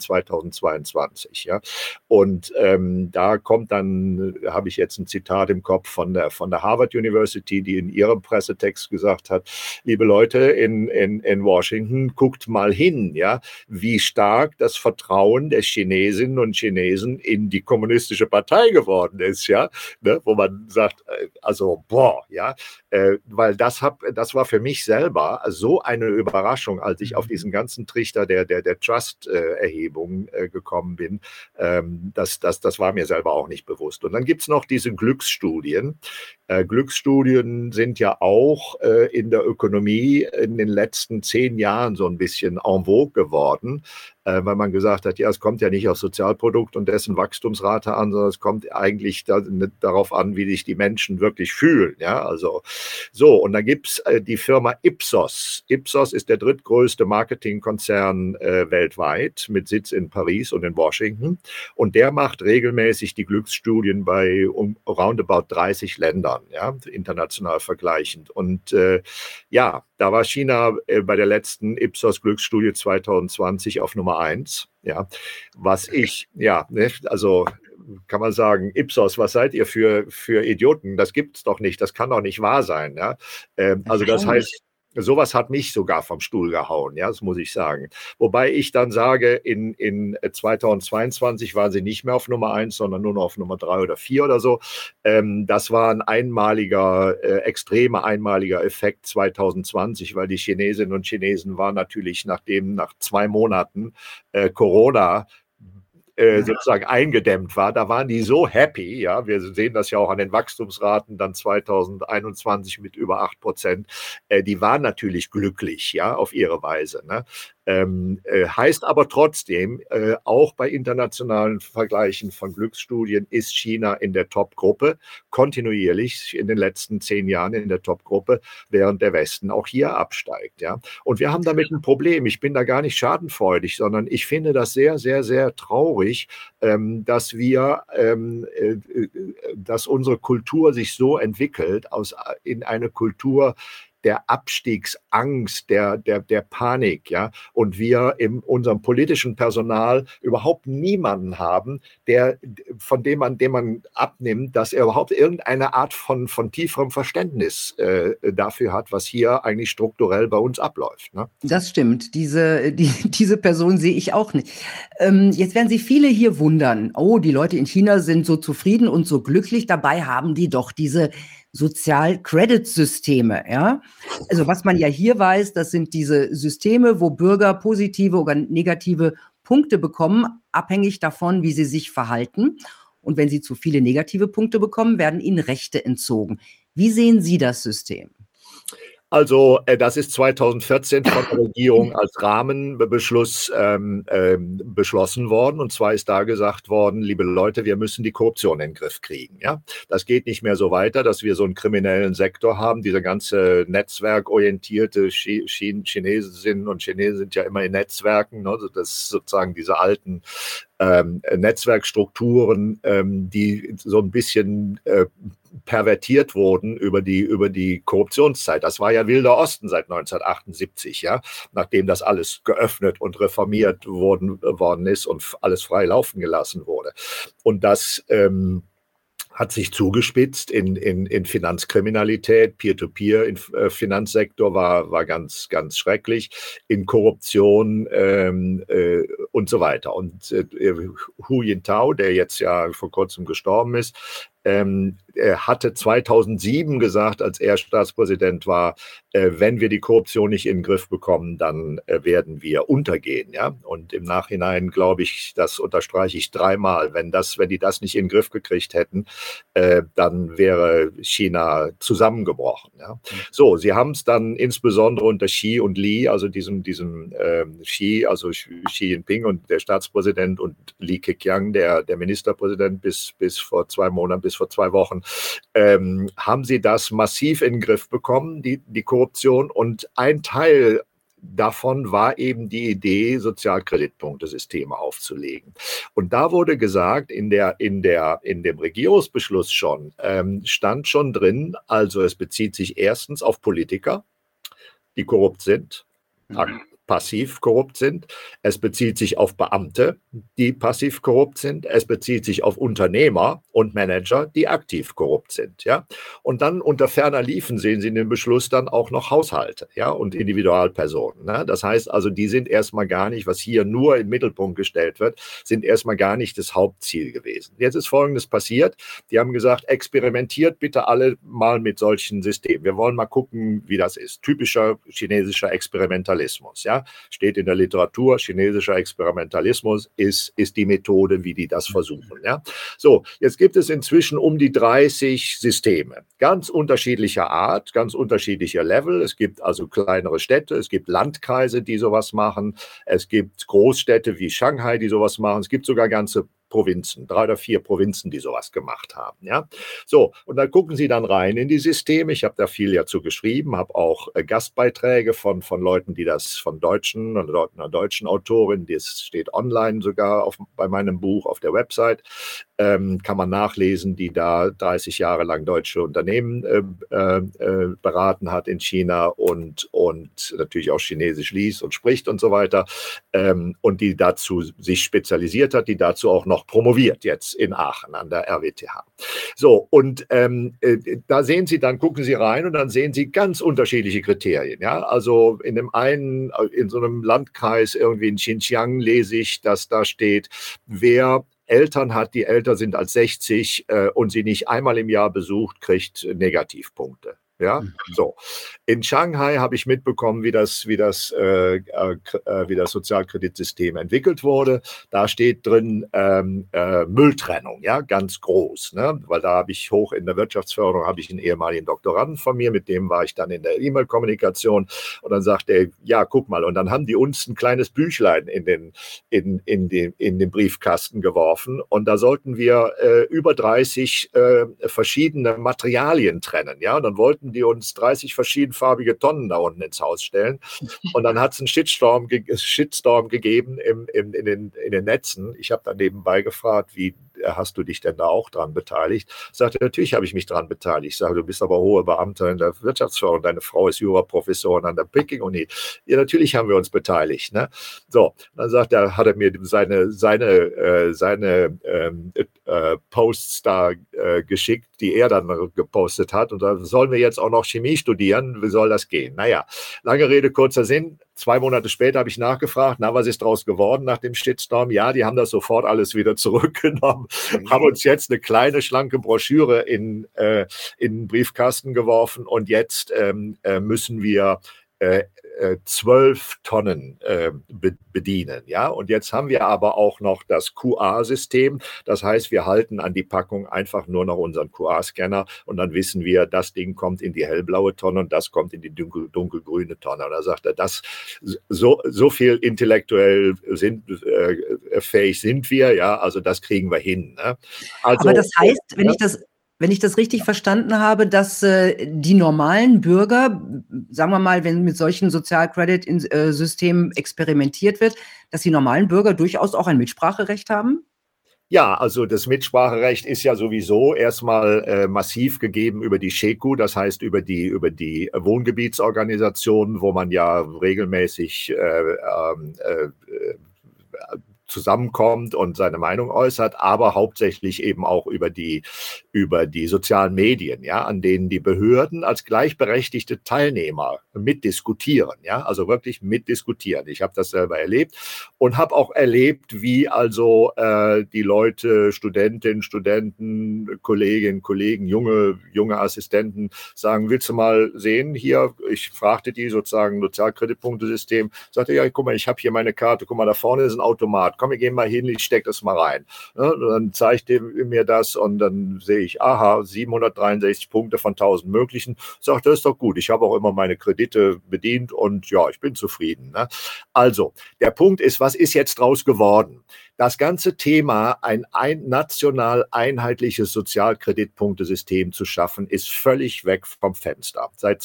2022. Ja. Und da kommt dann, habe ich jetzt ein Zitat im Kopf von der Harvard University, die in ihrem Pressetext gesagt hat, liebe Leute in Washington, guckt mal hin, ja, wie stark das Vertrauen der Chinesinnen und Chinesen in die kommunistische Partei geworden ist, ja, ne, wo man sagt, also boah, ja, weil das war für mich selber so eine Überraschung, als ich auf diesen ganzen Trichter der Trust-Erhebung gekommen bin, das war mir selber auch nicht bewusst. Und dann gibt es noch diese Glücksstudien. Glücksstudien sind ja auch in der Ökonomie in den letzten 10 Jahren so ein bisschen en vogue geworden, weil man gesagt hat, ja, es kommt ja nicht aufs Sozialprodukt und dessen Wachstumsrate an, sondern es kommt eigentlich darauf an, wie sich die Menschen wirklich fühlen. Ja, also so, und dann gibt es die Firma Ipsos. Ipsos ist der drittgrößte Marketingkonzern weltweit mit Sitz in Paris und in Washington. Und der macht regelmäßig die Glücksstudien bei roundabout 30 Ländern, ja, international vergleichend. Und ja, da war China bei der letzten Ipsos-Glücksstudie 2020 auf Nummer 1. Ja, was ich, ja, ne, also kann man sagen, Ipsos, was seid ihr für Idioten? Das gibt's doch nicht, das kann doch nicht wahr sein. Ja? Also das heißt, sowas hat mich sogar vom Stuhl gehauen, ja, das muss ich sagen. Wobei ich dann sage, in 2022 waren sie nicht mehr auf Nummer 1, sondern nur noch auf Nummer 3 oder 4 oder so. Das war ein extremer einmaliger Effekt 2020, weil die Chinesinnen und Chinesen waren natürlich nach 2 Monaten Corona sozusagen eingedämmt war, da waren die so happy, ja, wir sehen das ja auch an den Wachstumsraten dann 2021 mit über 8%, die waren natürlich glücklich, ja, auf ihre Weise, ne? Heißt aber trotzdem, auch bei internationalen Vergleichen von Glücksstudien ist China in der Top-Gruppe, kontinuierlich in den letzten 10 Jahren in der Top-Gruppe, während der Westen auch hier absteigt. Ja? Und wir haben damit ein Problem. Ich bin da gar nicht schadenfreudig, sondern ich finde das sehr, sehr, sehr traurig, dass dass unsere Kultur sich so entwickelt, in eine Kultur der Abstiegsangst, der Panik, ja, und wir in unserem politischen Personal überhaupt niemanden haben, von dem man abnimmt, dass er überhaupt irgendeine Art von tieferem Verständnis dafür hat, was hier eigentlich strukturell bei uns abläuft. Ne? Das stimmt. Diese Person sehe ich auch nicht. Jetzt werden sich viele hier wundern, oh, die Leute in China sind so zufrieden und so glücklich, dabei haben die doch diese Sozial-Credit-Systeme, ja? Also was man ja hier weiß, das sind diese Systeme, wo Bürger positive oder negative Punkte bekommen, abhängig davon, wie sie sich verhalten. Und wenn sie zu viele negative Punkte bekommen, werden ihnen Rechte entzogen. Wie sehen Sie das System? Also das ist 2014 von der Regierung als Rahmenbeschluss beschlossen worden. Und zwar ist da gesagt worden, liebe Leute, wir müssen die Korruption in den Griff kriegen. Ja? Das geht nicht mehr so weiter, dass wir so einen kriminellen Sektor haben. Diese ganze netzwerkorientierte Chinesinnen und Chinesen sind ja immer in Netzwerken. Ne? Also das ist sozusagen diese alten Netzwerkstrukturen, die so ein bisschen pervertiert wurden über die Korruptionszeit. Das war ja Wilder Osten seit 1978, ja, nachdem das alles geöffnet und reformiert worden ist und alles frei laufen gelassen wurde. Und das hat sich zugespitzt in Finanzkriminalität, Peer-to-Peer, im Finanzsektor war ganz, ganz schrecklich, in Korruption und so weiter. Und Hu Jintao, der jetzt ja vor kurzem gestorben ist, er hatte 2007 gesagt, als er Staatspräsident war, wenn wir die Korruption nicht in den Griff bekommen, dann werden wir untergehen. Ja? Und im Nachhinein glaube ich, das unterstreiche ich dreimal, wenn die das nicht in den Griff gekriegt hätten, dann wäre China zusammengebrochen. Ja? So, sie haben es dann insbesondere unter Xi und Li, also diesem Xi, also Xi Jinping und der Staatspräsident und Li Keqiang, der Ministerpräsident bis vor 2 Monaten, bis vor 2 Wochen, haben sie das massiv in den Griff bekommen, die Korruption. Und ein Teil davon war eben die Idee, Sozialkreditpunktesysteme aufzulegen. Und da wurde gesagt, in dem Regierungsbeschluss schon, stand schon drin, also es bezieht sich erstens auf Politiker, die korrupt sind, passiv korrupt sind. Es bezieht sich auf Beamte, die passiv korrupt sind. Es bezieht sich auf Unternehmer und Manager, die aktiv korrupt sind. Ja? Und dann unter ferner Liefen sehen Sie in dem Beschluss dann auch noch Haushalte, ja, und Individualpersonen. Ne? Das heißt also, die sind erstmal gar nicht, was hier nur in den Mittelpunkt gestellt wird, sind erstmal gar nicht das Hauptziel gewesen. Jetzt ist Folgendes passiert. Die haben gesagt, experimentiert bitte alle mal mit solchen Systemen. Wir wollen mal gucken, wie das ist. Typischer chinesischer Experimentalismus. Ja? Steht in der Literatur, chinesischer Experimentalismus ist die Methode, wie die das versuchen. Ja? So, jetzt gibt es inzwischen um die 30 Systeme, ganz unterschiedlicher Art, ganz unterschiedlicher Level. Es gibt also kleinere Städte, es gibt Landkreise, die sowas machen, es gibt Großstädte wie Shanghai, die sowas machen, es gibt sogar ganze Provinzen, 3 oder 4 Provinzen, die sowas gemacht haben. Ja? So, und dann gucken Sie dann rein in die Systeme. Ich habe da viel dazu geschrieben, habe auch Gastbeiträge von Leuten, die das von Deutschen und einer deutschen Autorin, das steht online sogar bei meinem Buch auf der Website, kann man nachlesen, die da 30 Jahre lang deutsche Unternehmen beraten hat in China und natürlich auch Chinesisch liest und spricht und so weiter, und die dazu sich spezialisiert hat, die dazu auch noch promoviert jetzt in Aachen an der RWTH. So, und da sehen Sie, dann gucken Sie rein und dann sehen Sie ganz unterschiedliche Kriterien. Ja? Also in so einem Landkreis irgendwie in Xinjiang lese ich, dass da steht, wer Eltern hat, die älter sind als 60 und sie nicht einmal im Jahr besucht, kriegt Negativpunkte. Ja, so. In Shanghai habe ich mitbekommen, wie das Sozialkreditsystem entwickelt wurde. Da steht drin Mülltrennung, ja, ganz groß, ne? Weil da habe ich hoch in der Wirtschaftsförderung habe ich einen ehemaligen Doktoranden von mir, mit dem war ich dann in der E-Mail-Kommunikation und dann sagt er, ja, guck mal, und dann haben die uns ein kleines Büchlein in den Briefkasten geworfen und da sollten wir über 30 verschiedene Materialien trennen, ja, und dann wollten die uns 30 verschiedenfarbige Tonnen da unten ins Haus stellen. Und dann hat es einen Shitstorm gegeben in den Netzen. Ich habe dann nebenbei gefragt, wie hast du dich denn da auch dran beteiligt? Sagte, natürlich habe ich mich dran beteiligt. Ich sage, du bist aber hohe Beamte in der Wirtschaftsförderung, deine Frau ist Juraprofessorin an der Peking-Uni. Ja, natürlich haben wir uns beteiligt. Ne? So, dann hat er mir seine Posts da geschickt, die er dann gepostet hat. Und da sollen wir jetzt auch noch Chemie studieren. Wie soll das gehen? Naja, lange Rede, kurzer Sinn. 2 Monate später habe ich nachgefragt, na, was ist draus geworden nach dem Shitstorm? Ja, die haben das sofort alles wieder zurückgenommen, haben uns jetzt eine kleine, schlanke Broschüre in den Briefkasten geworfen und jetzt müssen wir 12 Tonnen bedienen. Ja? Und jetzt haben wir aber auch noch das QR-System. Das heißt, wir halten an die Packung einfach nur noch unseren QR-Scanner und dann wissen wir, das Ding kommt in die hellblaue Tonne und das kommt in die dunkelgrüne Tonne. Und da sagt er, so viel intellektuell fähig sind wir, ja, also das kriegen wir hin. Ne? Also, aber das heißt, wenn ich das richtig verstanden habe, dass die normalen Bürger, sagen wir mal, wenn mit solchen Sozialcredit-Systemen experimentiert wird, dass die normalen Bürger durchaus auch ein Mitspracherecht haben? Ja, also das Mitspracherecht ist ja sowieso erstmal massiv gegeben über die SHEKU, das heißt über die Wohngebietsorganisationen, wo man ja regelmäßig zusammenkommt und seine Meinung äußert, aber hauptsächlich eben auch über die sozialen Medien, ja, an denen die Behörden als gleichberechtigte Teilnehmer mitdiskutieren, ja, also wirklich mitdiskutieren. Ich habe das selber erlebt und habe auch erlebt, wie also die Leute, Studentinnen, Studenten, Kolleginnen, Kollegen, junge Assistenten sagen, willst du mal sehen hier? Ich fragte die sozusagen Sozialkreditpunktesystem, sagte, ja, guck mal, ich habe hier meine Karte, guck mal, da vorne ist ein Automat. Komm, wir gehen mal hin, ich stecke das mal rein. Ja, dann zeigt er mir das und dann sehe ich, aha, 763 Punkte von 1000 möglichen. Sagt, das ist doch gut. Ich habe auch immer meine Kredite bedient und ja, ich bin zufrieden. Ne? Also, der Punkt ist, was ist jetzt draus geworden? Das ganze Thema, ein national einheitliches Sozialkreditpunktesystem zu schaffen, ist völlig weg vom Fenster. Seit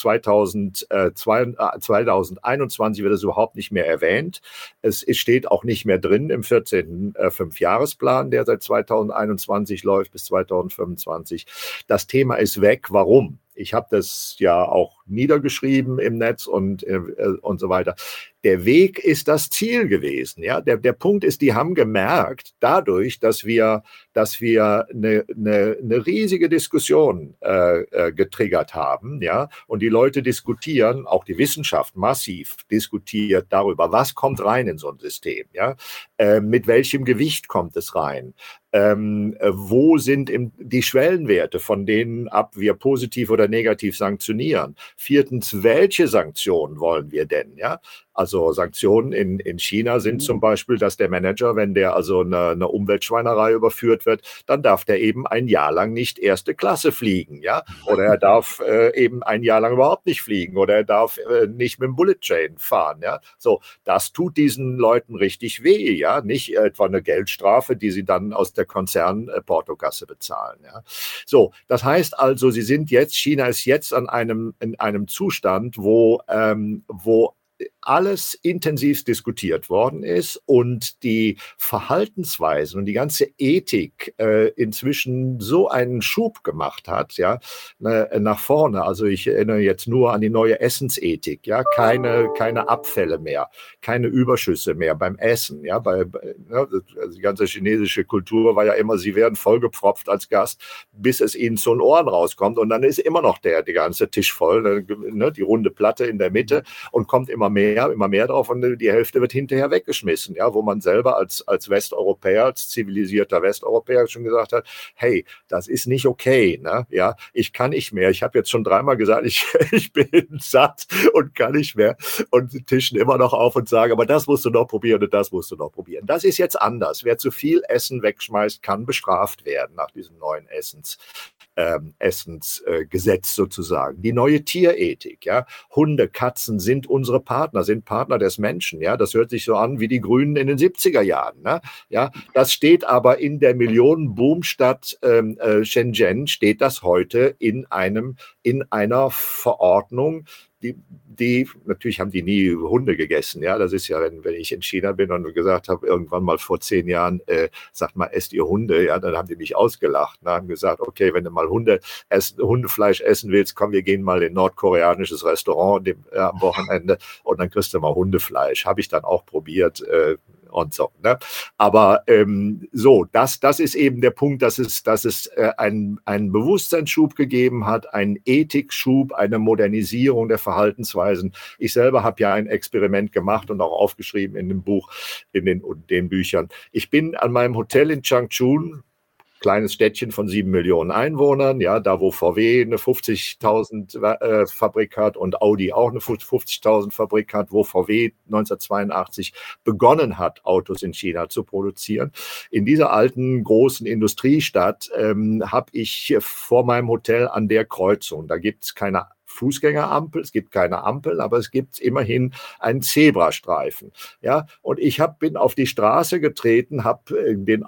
2021 wird es überhaupt nicht mehr erwähnt. Es steht auch nicht mehr drin im 14. Fünfjahresplan, der seit 2021 läuft bis 2025. Das Thema ist weg. Warum? Ich habe das ja auch niedergeschrieben im Netz und so weiter. Der Weg ist das Ziel gewesen. Ja? Der Punkt ist, die haben gemerkt, dadurch, dass wir eine riesige Diskussion getriggert haben, ja, und die Leute diskutieren, auch die Wissenschaft massiv diskutiert darüber, was kommt rein in so ein System, ja, mit welchem Gewicht kommt es rein, wo sind die Schwellenwerte, von denen ab wir positiv oder negativ sanktionieren. 4. welche Sanktionen wollen wir denn, ja? Also Sanktionen in China sind zum Beispiel, dass der Manager, wenn der also eine Umweltschweinerei überführt wird, dann darf der eben ein Jahr lang nicht erste Klasse fliegen, ja? Oder er darf eben ein Jahr lang überhaupt nicht fliegen oder er darf nicht mit dem Bullet Train fahren, ja? So, das tut diesen Leuten richtig weh, ja? Nicht etwa eine Geldstrafe, die sie dann aus der Konzern-Portokasse bezahlen, ja? So, das heißt also, China ist jetzt in einem Zustand, wo alles intensiv diskutiert worden ist und die Verhaltensweisen und die ganze Ethik inzwischen so einen Schub gemacht hat, ja, nach vorne. Also ich erinnere jetzt nur an die neue Essensethik, ja, keine Abfälle mehr, keine Überschüsse mehr beim Essen, ja, also die ganze chinesische Kultur war ja immer, sie werden vollgepfropft als Gast, bis es ihnen zu den Ohren rauskommt und dann ist immer noch der ganze Tisch voll, ne, die runde Platte in der Mitte und kommt immer mehr immer mehr drauf und die Hälfte wird hinterher weggeschmissen, ja, wo man selber als Westeuropäer, als zivilisierter Westeuropäer schon gesagt hat, hey, das ist nicht okay, ne? Ja, ich kann nicht mehr. Ich habe jetzt schon dreimal gesagt, ich bin satt und kann nicht mehr und tischen immer noch auf und sagen, aber das musst du noch probieren und das musst du noch probieren. Das ist jetzt anders. Wer zu viel Essen wegschmeißt, kann bestraft werden nach diesem neuen Essensgesetz sozusagen. Die neue Tierethik, ja. Hunde, Katzen sind unsere Partner, sind Partner des Menschen, ja. Das hört sich so an wie die Grünen in den 70er Jahren, ne? Ja. Das steht aber in der Millionenboomstadt Shenzhen, steht das heute in einer Verordnung, die natürlich haben die nie Hunde gegessen, ja, das ist ja, wenn ich in China bin und gesagt habe, irgendwann mal vor 10 Jahren, sagt mal, esst ihr Hunde, ja, dann haben die mich ausgelacht, und haben gesagt, okay, wenn du mal Hundefleisch essen willst, komm, wir gehen mal in ein nordkoreanisches Restaurant am Wochenende und dann kriegst du mal Hundefleisch, habe ich dann auch probiert, und so. Ne? Aber das ist eben der Punkt, dass es einen Bewusstseinsschub gegeben hat, einen Ethikschub, eine Modernisierung der Verhaltensweisen. Ich selber habe ja ein Experiment gemacht und auch aufgeschrieben in dem Buch, in den Büchern. Ich bin an meinem Hotel in Changchun, kleines Städtchen von 7 Millionen Einwohnern, ja, da wo VW eine 50.000 Fabrik hat und Audi auch eine 50.000 Fabrik hat, wo VW 1982 begonnen hat, Autos in China zu produzieren. In dieser alten, großen Industriestadt habe ich vor meinem Hotel an der Kreuzung, da gibt es keine Fußgängerampel, es gibt keine Ampel, aber es gibt immerhin einen Zebrastreifen. Ja, und ich bin auf die Straße getreten, habe den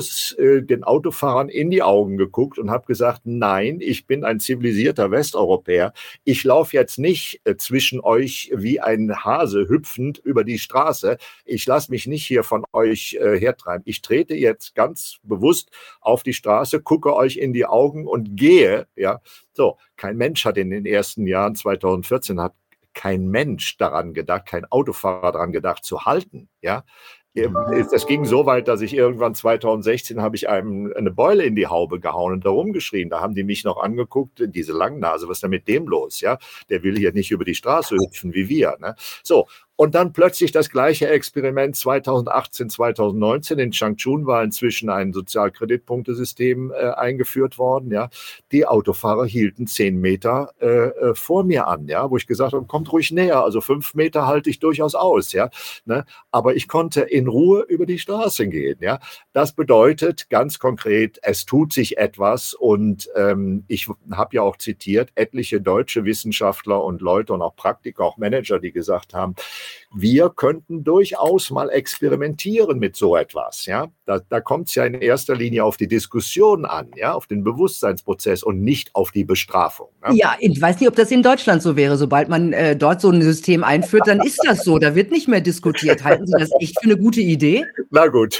Autofahrern in die Augen geguckt und habe gesagt, nein, ich bin ein zivilisierter Westeuropäer. Ich laufe jetzt nicht zwischen euch wie ein Hase hüpfend über die Straße. Ich lasse mich nicht hier von euch hertreiben. Ich trete jetzt ganz bewusst auf die Straße, gucke euch in die Augen und gehe, ja. So, kein Mensch hat in den ersten Jahren 2014 hat kein Mensch daran gedacht, kein Autofahrer daran gedacht zu halten, ja. Das ging so weit, dass ich irgendwann 2016 habe ich einem eine Beule in die Haube gehauen und da rumgeschrien. Da haben die mich noch angeguckt, diese Langnase, was ist denn mit dem los? Ja, der will hier nicht über die Straße hüpfen wie wir. Ne? So. Und dann plötzlich das gleiche Experiment 2018, 2019. In Changchun war inzwischen ein Sozialkreditpunktesystem eingeführt worden. Ja. Die Autofahrer hielten 10 Meter vor mir an, ja, wo ich gesagt habe, kommt ruhig näher. Also 5 Meter halte ich durchaus aus. Ja. Ne. Aber ich konnte in Ruhe über die Straße gehen. Ja. Das bedeutet ganz konkret, es tut sich etwas. Und ich habe ja auch zitiert, etliche deutsche Wissenschaftler und Leute und auch Praktiker, auch Manager, die gesagt haben, wir könnten durchaus mal experimentieren mit so etwas. Ja? Da kommt es ja in erster Linie auf die Diskussion an, ja? Auf den Bewusstseinsprozess und nicht auf die Bestrafung. Ne? Ja, ich weiß nicht, ob das in Deutschland so wäre. Sobald man dort so ein System einführt, dann ist das so. Da wird nicht mehr diskutiert. Halten Sie das echt für eine gute Idee? Na gut.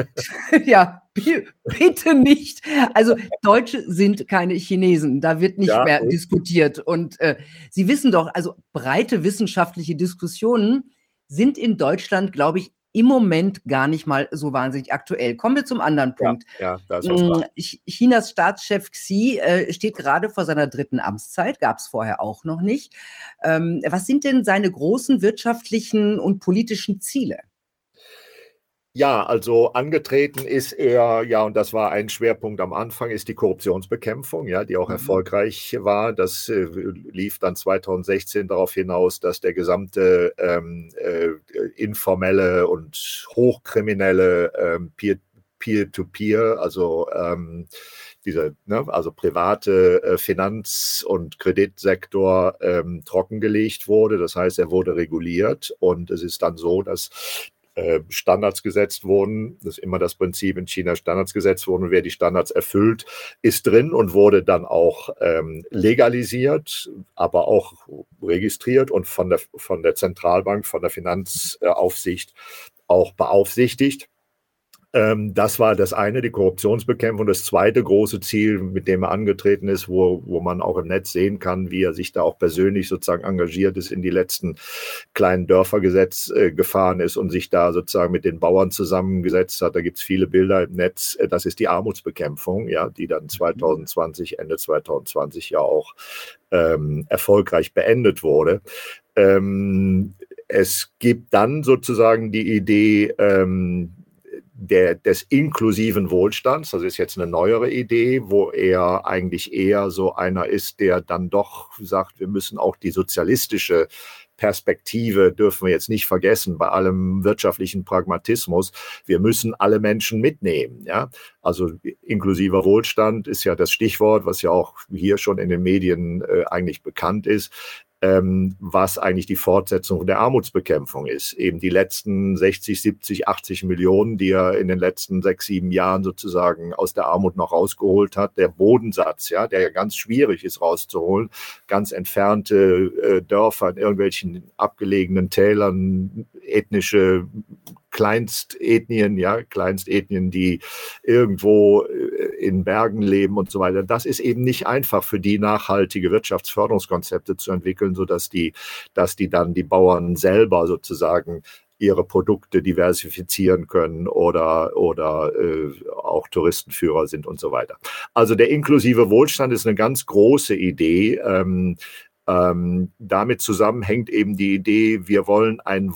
Ja, bitte nicht. Also Deutsche sind keine Chinesen. Da wird nicht mehr diskutiert. Und Sie wissen doch, also breite wissenschaftliche Diskussionen sind in Deutschland, glaube ich, im Moment gar nicht mal so wahnsinnig aktuell. Kommen wir zum anderen Punkt. Ja, das ist wahr. Chinas Staatschef Xi steht gerade vor seiner 3. Amtszeit, gab es vorher auch noch nicht. Was sind denn seine großen wirtschaftlichen und politischen Ziele? Ja, also angetreten ist er, ja, und das war ein Schwerpunkt am Anfang, ist die Korruptionsbekämpfung, ja, die auch erfolgreich war. Das lief dann 2016 darauf hinaus, dass der gesamte informelle und hochkriminelle Peer-to-Peer, also also private Finanz- und Kreditsektor trockengelegt wurde. Das heißt, er wurde reguliert und es ist dann so, dass Standards gesetzt wurden. Das ist immer das Prinzip in China, Standards gesetzt wurden. Und wer die Standards erfüllt, ist drin und wurde dann auch legalisiert, aber auch registriert und von der Zentralbank, von der Finanzaufsicht auch beaufsichtigt. Das war das eine, die Korruptionsbekämpfung. Das zweite große Ziel, mit dem er angetreten ist, wo man auch im Netz sehen kann, wie er sich da auch persönlich sozusagen engagiert ist, in die letzten kleinen Dörfer gefahren ist und sich da sozusagen mit den Bauern zusammengesetzt hat. Da gibt es viele Bilder im Netz. Das ist die Armutsbekämpfung, ja, die dann Ende 2020 ja auch erfolgreich beendet wurde. Es gibt dann sozusagen die Idee des inklusiven Wohlstands. Das ist jetzt eine neuere Idee, wo er eigentlich eher so einer ist, der dann doch sagt, wir müssen auch die sozialistische Perspektive dürfen wir jetzt nicht vergessen, bei allem wirtschaftlichen Pragmatismus. Wir müssen alle Menschen mitnehmen. Ja? Also inklusiver Wohlstand ist ja das Stichwort, was ja auch hier schon in den Medien eigentlich bekannt ist, was eigentlich die Fortsetzung der Armutsbekämpfung ist. Eben die letzten 60, 70, 80 Millionen, die er in den letzten 6, 7 Jahren sozusagen aus der Armut noch rausgeholt hat. Der Bodensatz, ja, der ja ganz schwierig ist rauszuholen. Ganz entfernte Dörfer in irgendwelchen abgelegenen Tälern, ethnische Kleinstäthnien, die irgendwo in Bergen leben und so weiter. Das ist eben nicht einfach für die nachhaltige Wirtschaftsförderungskonzepte zu entwickeln, sodass die dann die Bauern selber sozusagen ihre Produkte diversifizieren können oder auch Touristenführer sind und so weiter. Also der inklusive Wohlstand ist eine ganz große Idee. Damit zusammenhängt eben die Idee, wir wollen ein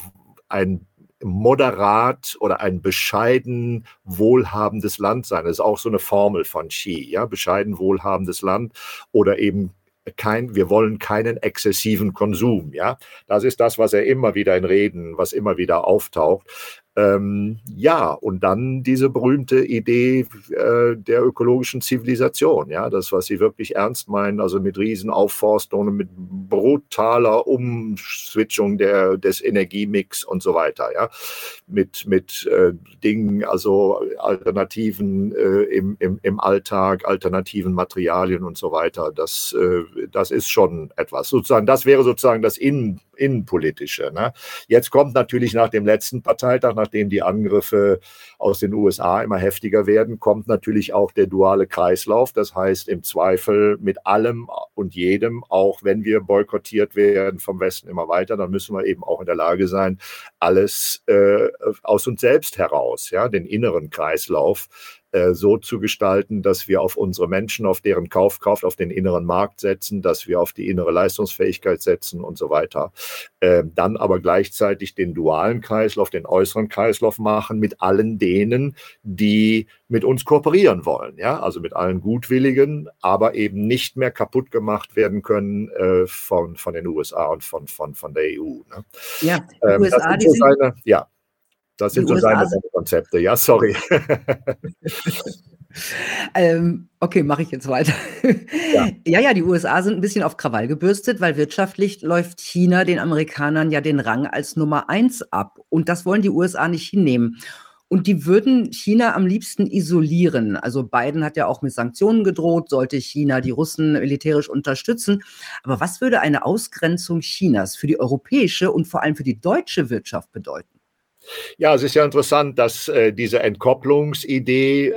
moderat oder ein bescheiden wohlhabendes Land sein. Das ist auch so eine Formel von Xi, ja, bescheiden wohlhabendes Land oder eben wir wollen keinen exzessiven Konsum, ja. Das ist das, was er immer wieder in Reden, was immer wieder auftaucht. Ja, und dann diese berühmte Idee der ökologischen Zivilisation, ja, das, was sie wirklich ernst meinen, also mit Riesenaufforstungen, mit brutaler Umswitchung des Energiemix und so weiter, ja, mit Dingen, also Alternativen im Alltag, alternativen Materialien und so weiter. Das ist schon etwas. Sozusagen, das wäre sozusagen das Innenpolitische. Ne? Jetzt kommt natürlich nach dem letzten Parteitag, nachdem die Angriffe aus den USA immer heftiger werden, kommt natürlich auch der duale Kreislauf. Das heißt, im Zweifel mit allem und jedem, auch wenn wir boykottiert werden vom Westen immer weiter, dann müssen wir eben auch in der Lage sein, alles aus uns selbst heraus, ja, den inneren Kreislauf so zu gestalten, dass wir auf unsere Menschen, auf deren Kaufkraft, auf den inneren Markt setzen, dass wir auf die innere Leistungsfähigkeit setzen und so weiter. Dann aber gleichzeitig den dualen Kreislauf, den äußeren Kreislauf machen mit allen denen, die mit uns kooperieren wollen. Ja? Also mit allen Gutwilligen, aber eben nicht mehr kaputt gemacht werden können von den USA und von der EU. Ne? Ja, die USA, das sind so seine Konzepte. Ja, sorry. Okay, mache ich jetzt weiter. Ja, die USA sind ein bisschen auf Krawall gebürstet, weil wirtschaftlich läuft China den Amerikanern ja den Rang als Nummer 1 ab. Und das wollen die USA nicht hinnehmen. Und die würden China am liebsten isolieren. Also Biden hat ja auch mit Sanktionen gedroht, sollte China die Russen militärisch unterstützen. Aber was würde eine Ausgrenzung Chinas für die europäische und vor allem für die deutsche Wirtschaft bedeuten? Ja, es ist ja interessant, dass diese Entkopplungsidee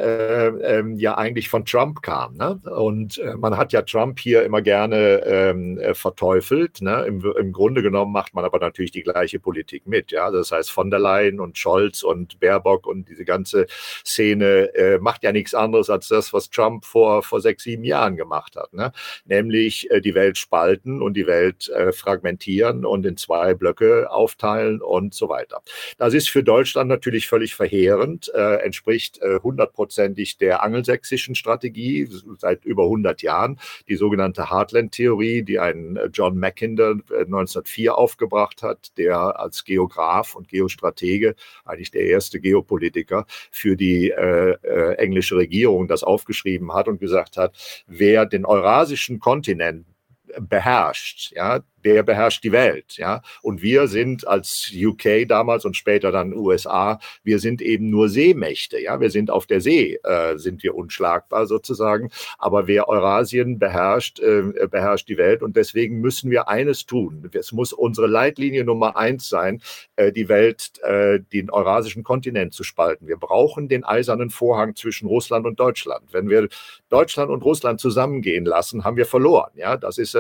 ja eigentlich von Trump kam. Ne? Und man hat ja Trump hier immer gerne verteufelt. Ne? Im Grunde genommen macht man aber natürlich die gleiche Politik mit. Ja? Das heißt, von der Leyen und Scholz und Baerbock und diese ganze Szene macht ja nichts anderes als das, was Trump vor 6, 7 Jahren gemacht hat. Ne? Nämlich die Welt spalten und die Welt fragmentieren und in 2 Blöcke aufteilen und so weiter. Das ist für Deutschland natürlich völlig verheerend, entspricht 100%ig der angelsächsischen Strategie seit über 100 Jahren, die sogenannte Heartland-Theorie, die ein John Mackinder 1904 aufgebracht hat, der als Geograf und Geostratege, eigentlich der erste Geopolitiker, für die englische Regierung das aufgeschrieben hat und gesagt hat, wer den eurasischen Kontinent beherrscht, ja, der beherrscht die Welt, ja. Und wir sind als UK damals und später dann USA, wir sind eben nur Seemächte, ja. Wir sind auf der See, sind wir unschlagbar sozusagen. Aber wer Eurasien beherrscht, beherrscht die Welt. Und deswegen müssen wir eines tun. Es muss unsere Leitlinie Nummer 1 sein, die Welt, den eurasischen Kontinent zu spalten. Wir brauchen den eisernen Vorhang zwischen Russland und Deutschland. Wenn wir Deutschland und Russland zusammengehen lassen, haben wir verloren, ja. Das ist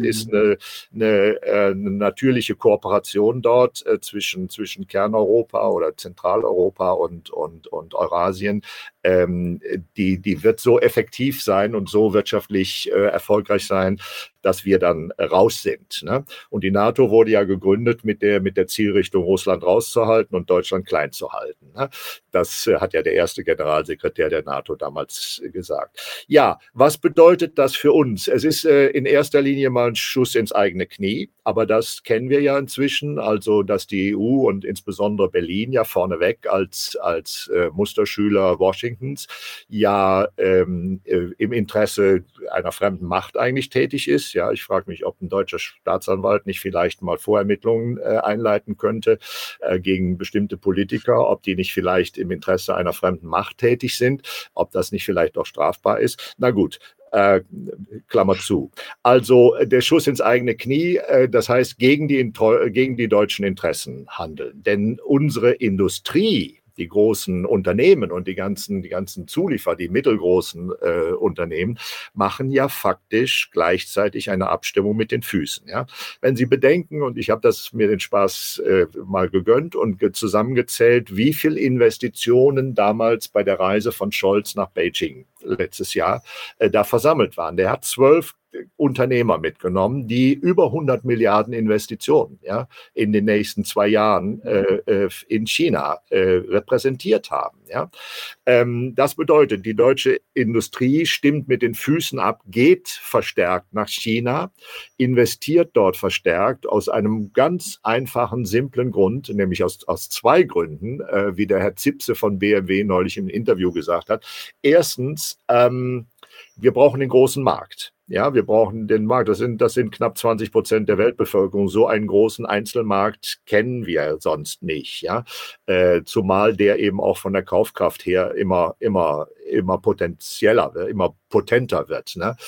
eine natürliche Kooperation dort zwischen Kerneuropa oder Zentraleuropa und Eurasien. Die wird so effektiv sein und so wirtschaftlich erfolgreich sein, dass wir dann raus sind. Ne? Und die NATO wurde ja gegründet mit der Zielrichtung, Russland rauszuhalten und Deutschland klein zu halten. Ne? Das hat ja der erste Generalsekretär der NATO damals gesagt. Ja, was bedeutet das für uns? Es ist in erster Linie mal ein Schuss ins eigene Knie, aber das kennen wir ja inzwischen, also dass die EU und insbesondere Berlin ja vorneweg als Musterschüler Washingtons ja im Interesse einer fremden Macht eigentlich tätig ist. Ja, ich frage mich, ob ein deutscher Staatsanwalt nicht vielleicht mal Vorermittlungen einleiten könnte gegen bestimmte Politiker, ob die nicht vielleicht im Interesse einer fremden Macht tätig sind, ob das nicht vielleicht auch strafbar ist. Na gut, Klammer zu. Also der Schuss ins eigene Knie, das heißt gegen die deutschen Interessen handeln. Denn unsere Industrie, die großen Unternehmen und die ganzen Zulieferer, die mittelgroßen Unternehmen, machen ja faktisch gleichzeitig eine Abstimmung mit den Füßen. Ja? Wenn Sie bedenken, und ich habe mir den Spaß mal gegönnt und zusammengezählt, wie viel Investitionen damals bei der Reise von Scholz nach Beijing letztes Jahr da versammelt waren. Der hat 12 Unternehmer mitgenommen, die über 100 Milliarden Investitionen in den nächsten 2 Jahren in China repräsentiert haben. Ja? Das bedeutet, die deutsche Industrie stimmt mit den Füßen ab, geht verstärkt nach China, investiert dort verstärkt aus einem ganz einfachen, simplen Grund, nämlich aus 2 Gründen, wie der Herr Zipse von BMW neulich im Interview gesagt hat. Erstens, wir brauchen den großen Markt. Ja, wir brauchen den Markt. Das sind knapp 20% der Weltbevölkerung. So einen großen Einzelmarkt kennen wir sonst nicht. Ja, zumal der eben auch von der Kaufkraft her immer potenzieller, immer potenter wird. Ne?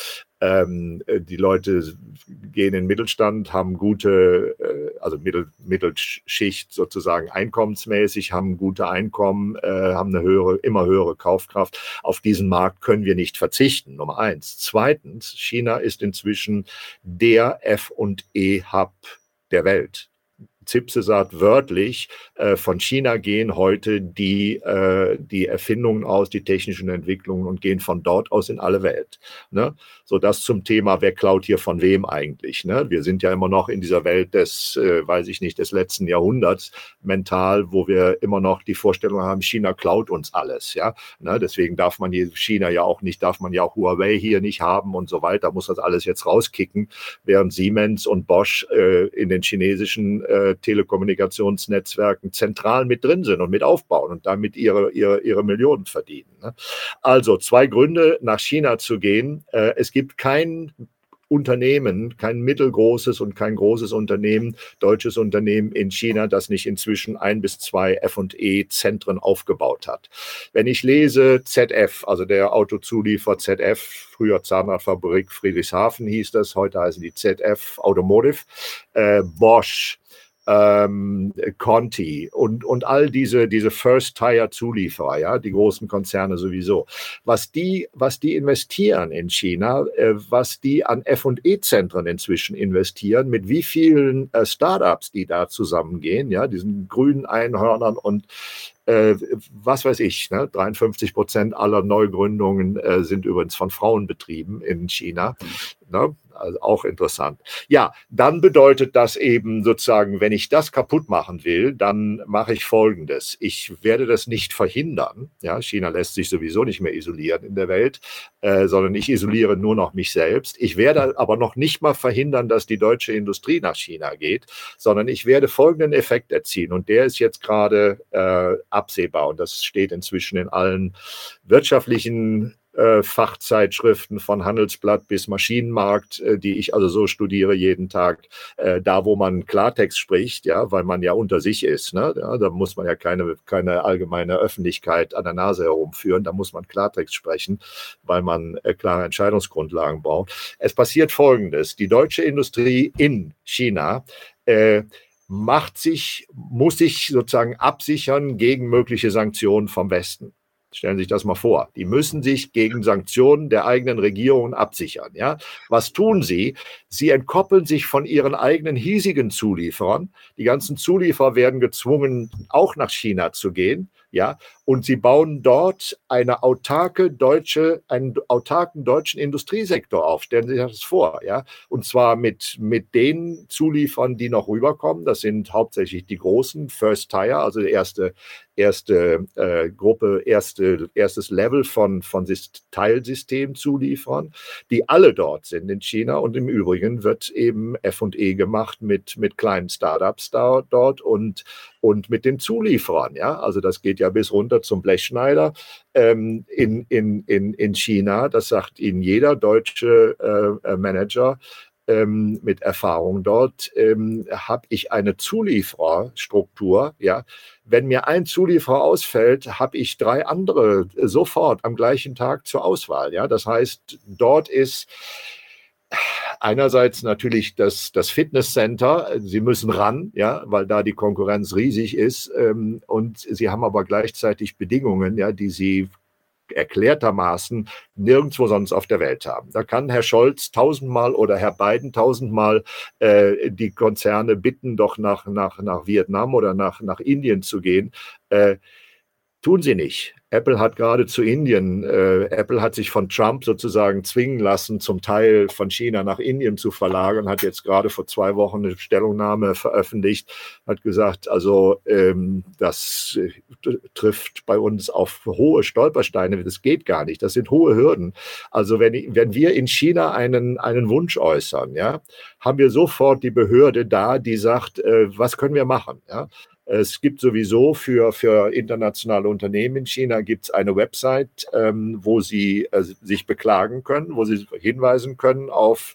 Die Leute gehen in den Mittelstand, haben gute, also Mittelschicht sozusagen einkommensmäßig, haben gute Einkommen, haben eine immer höhere Kaufkraft. Auf diesen Markt können wir nicht verzichten, Nummer 1. Zweitens, China ist inzwischen der F&E-Hub der Welt. Zipse sagt wörtlich, von China gehen heute die Erfindungen aus, die technischen Entwicklungen und gehen von dort aus in alle Welt. Ne? So, das zum Thema, wer klaut hier von wem eigentlich. Ne? Wir sind ja immer noch in dieser Welt des letzten Jahrhunderts mental, wo wir immer noch die Vorstellung haben, China klaut uns alles. Ja? Ne? Deswegen darf man ja auch Huawei hier nicht haben und so weiter, muss das alles jetzt rauskicken, während Siemens und Bosch in den chinesischen Telekommunikationsnetzwerken zentral mit drin sind und mit aufbauen und damit ihre Millionen verdienen. Ne? Also 2 Gründe, nach China zu gehen. Es gibt kein Unternehmen, kein mittelgroßes und kein großes Unternehmen, deutsches Unternehmen in China, das nicht inzwischen 1 bis 2 F&E-Zentren aufgebaut hat. Wenn ich lese ZF, also der Autozulieferer ZF, früher Zahnradfabrik Friedrichshafen hieß das, heute heißen die ZF Automotive, Bosch, Conti und all diese First-Tier-Zulieferer, ja, die großen Konzerne sowieso, was die investieren in China, was die an F&E-Zentren inzwischen investieren, mit wie vielen Startups die da zusammengehen, ja, diesen grünen Einhörnern und was weiß ich, ne? 53% aller Neugründungen sind übrigens von Frauen betrieben in China. Ne? Also auch interessant. Ja, dann bedeutet das eben sozusagen, wenn ich das kaputt machen will, dann mache ich Folgendes. Ich werde das nicht verhindern. Ja, China lässt sich sowieso nicht mehr isolieren in der Welt, sondern ich isoliere nur noch mich selbst. Ich werde aber noch nicht mal verhindern, dass die deutsche Industrie nach China geht, sondern ich werde folgenden Effekt erzielen. Und der ist jetzt gerade absehbar. Und das steht inzwischen in allen wirtschaftlichen Fachzeitschriften von Handelsblatt bis Maschinenmarkt, die ich also so studiere jeden Tag, da wo man Klartext spricht, ja, weil man ja unter sich ist, ne? Ja, da muss man ja keine allgemeine Öffentlichkeit an der Nase herumführen, da muss man Klartext sprechen, weil man klare Entscheidungsgrundlagen braucht. Es passiert Folgendes: Die deutsche Industrie in China muss sich sozusagen absichern gegen mögliche Sanktionen vom Westen. Stellen Sie sich das mal vor. Die müssen sich gegen Sanktionen der eigenen Regierungen absichern. Ja? Was tun sie? Sie entkoppeln sich von ihren eigenen hiesigen Zulieferern. Die ganzen Zulieferer werden gezwungen, auch nach China zu gehen. ja, und sie bauen dort einen autarken deutschen Industriesektor auf. Stellen Sie sich das vor, ja, und zwar mit den Zulieferern, die noch rüberkommen. Das sind hauptsächlich die großen First Tire, also die erste Gruppe, erstes Level von Teilsystemzulieferern, die alle dort sind in China. Und im Übrigen wird eben F&E gemacht mit kleinen Startups dort und mit den Zulieferern. Ja? Also das geht ja bis runter zum Blechschneider in China. Das sagt Ihnen jeder deutsche Manager mit Erfahrung dort, habe ich eine Zuliefererstruktur. Ja? Wenn mir ein Zulieferer ausfällt, habe ich 3 andere sofort am gleichen Tag zur Auswahl. Ja? Das heißt, dort ist einerseits natürlich das Fitnesscenter, sie müssen ran, ja, weil da die Konkurrenz riesig ist, und sie haben aber gleichzeitig Bedingungen, ja, die sie erklärtermaßen nirgendwo sonst auf der Welt haben. Da kann Herr Scholz 1000-mal oder Herr Biden 1000-mal die Konzerne bitten, doch nach Vietnam oder nach Indien zu gehen. Tun sie nicht. Apple hat gerade zu Indien, Apple hat sich von Trump sozusagen zwingen lassen, zum Teil von China nach Indien zu verlagern, hat jetzt gerade vor 2 Wochen eine Stellungnahme veröffentlicht, hat gesagt, also das trifft bei uns auf hohe Stolpersteine, das geht gar nicht, das sind hohe Hürden. Also wenn wir in China einen Wunsch äußern, ja, haben wir sofort die Behörde da, die sagt, was können wir machen, ja? Es gibt sowieso für internationale Unternehmen in China gibt's eine Website, wo sie sich beklagen können, wo sie hinweisen können auf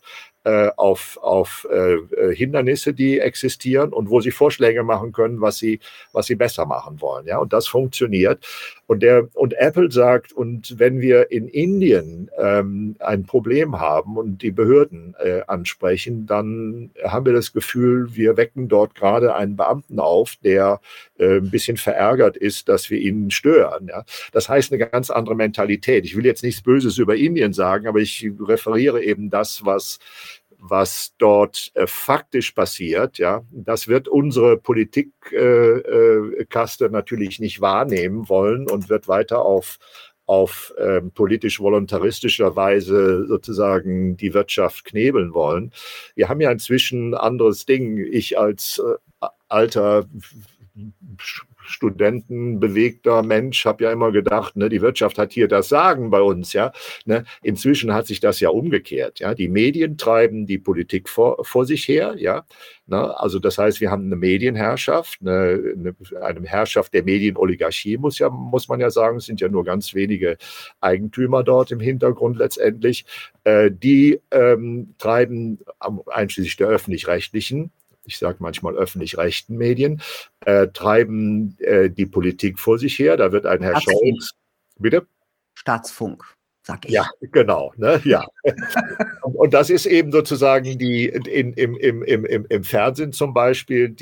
Hindernisse, die existieren und wo sie Vorschläge machen können, was sie besser machen wollen. Ja? Und das funktioniert. Und Apple sagt, und wenn wir in Indien ein Problem haben und die Behörden ansprechen, dann haben wir das Gefühl, wir wecken dort gerade einen Beamten auf, der ein bisschen verärgert ist, dass wir ihn stören. Ja? Das heißt eine ganz andere Mentalität. Ich will jetzt nichts Böses über Indien sagen, aber ich referiere eben das, was dort faktisch passiert. Ja? Das wird unsere Politikkaste natürlich nicht wahrnehmen wollen und wird weiter auf politisch-voluntaristischer Weise sozusagen die Wirtschaft knebeln wollen. Wir haben ja inzwischen ein anderes Ding. Ich als alter studentenbewegter Mensch habe ja immer gedacht, ne, die Wirtschaft hat hier das Sagen bei uns, ja. Ne? Inzwischen hat sich das ja umgekehrt, ja. Die Medien treiben die Politik vor sich her, ja. Ne? Also das heißt, wir haben eine Medienherrschaft, eine Herrschaft der Medienoligarchie, muss man ja sagen. Es sind ja nur ganz wenige Eigentümer dort im Hintergrund letztendlich. Die treiben einschließlich der öffentlich-rechtlichen, ich sage manchmal öffentlich-rechten Medien, treiben die Politik vor sich her. Da wird ein Herr Scholz. Bitte? Staatsfunk, sag ich. Ja, genau. Ne? Ja. Und das ist eben sozusagen die im Fernsehen zum Beispiel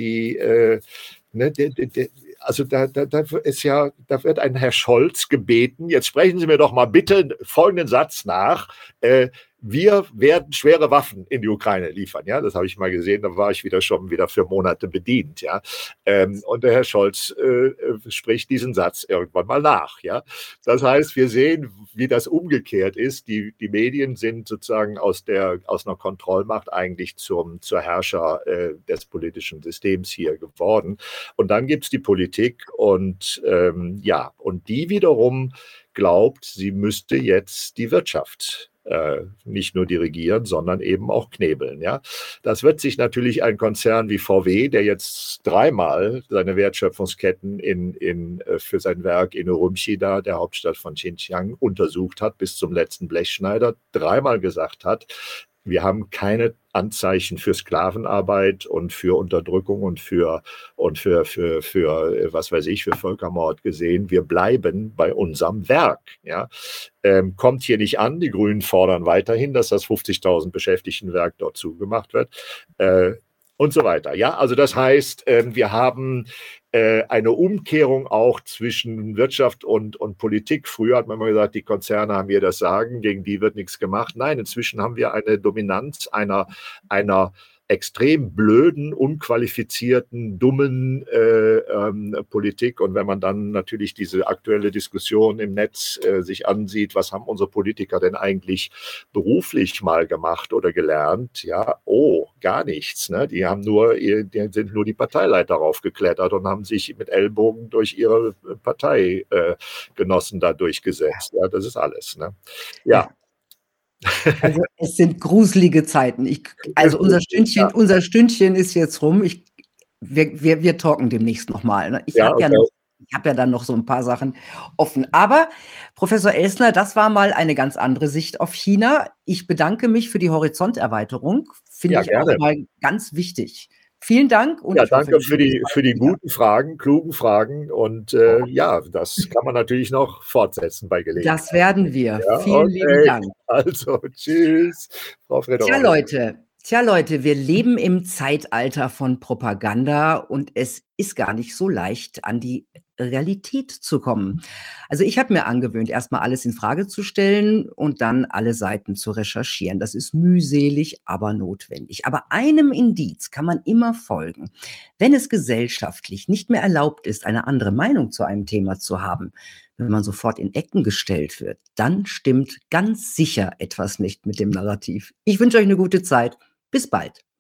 also da wird ein Herr Scholz gebeten, jetzt sprechen Sie mir doch mal bitte folgenden Satz nach, wir werden schwere Waffen in die Ukraine liefern. Ja, das habe ich mal gesehen, da war ich schon wieder für Monate bedient. Ja, und der Herr Scholz spricht diesen Satz irgendwann mal nach. Ja, das heißt, wir sehen, wie das umgekehrt ist. Die Medien sind sozusagen aus einer Kontrollmacht eigentlich zur Herrscher des politischen Systems hier geworden. Und dann gibt es die Politik und und die wiederum glaubt, sie müsste jetzt die Wirtschaft nicht nur dirigieren, sondern eben auch knebeln. Ja? Das wird sich natürlich ein Konzern wie VW, der jetzt 3-mal seine Wertschöpfungsketten für sein Werk in Urumqi, der Hauptstadt von Xinjiang, untersucht hat, bis zum letzten Blechschneider, 3-mal gesagt hat, wir haben keine Anzeichen für Sklavenarbeit und für Unterdrückung und für was weiß ich, für Völkermord gesehen. Wir bleiben bei unserem Werk. Ja? Kommt hier nicht an. Die Grünen fordern weiterhin, dass das 50.000 Beschäftigtenwerk dort zugemacht wird. Und so weiter. Ja, also das heißt, wir haben eine Umkehrung auch zwischen Wirtschaft und Politik. Früher hat man immer gesagt, die Konzerne haben hier das Sagen, gegen die wird nichts gemacht. Nein, inzwischen haben wir eine Dominanz einer extrem blöden, unqualifizierten, dummen Politik. Und wenn man dann natürlich diese aktuelle Diskussion im Netz sich ansieht, was haben unsere Politiker denn eigentlich beruflich mal gemacht oder gelernt? Ja, gar nichts. Ne? Die sind nur die Parteileiter raufgeklettert und haben sich mit Ellbogen durch ihre Parteigenossen da durchgesetzt. Ja, das ist alles. Ne? Ja. Also es sind gruselige Zeiten. Also unser Stündchen ist jetzt rum. Wir talken demnächst nochmal. Ne? Ich habe ja dann noch so ein paar Sachen offen. Aber Professor Elsner, das war mal eine ganz andere Sicht auf China. Ich bedanke mich für die Horizonterweiterung. Finde ich auch mal ganz wichtig. Vielen Dank. Und danke für die guten Fragen, klugen Fragen. Und das kann man natürlich noch fortsetzen bei Gelegenheit. Das werden wir. Ja, vielen lieben Dank. Also, tschüss, Frau Frederik. Tja, Leute, wir leben im Zeitalter von Propaganda und es ist gar nicht so leicht, an die Realität zu kommen. Also ich habe mir angewöhnt, erstmal alles in Frage zu stellen und dann alle Seiten zu recherchieren. Das ist mühselig, aber notwendig. Aber einem Indiz kann man immer folgen. Wenn es gesellschaftlich nicht mehr erlaubt ist, eine andere Meinung zu einem Thema zu haben, wenn man sofort in Ecken gestellt wird, dann stimmt ganz sicher etwas nicht mit dem Narrativ. Ich wünsche euch eine gute Zeit. Bis bald.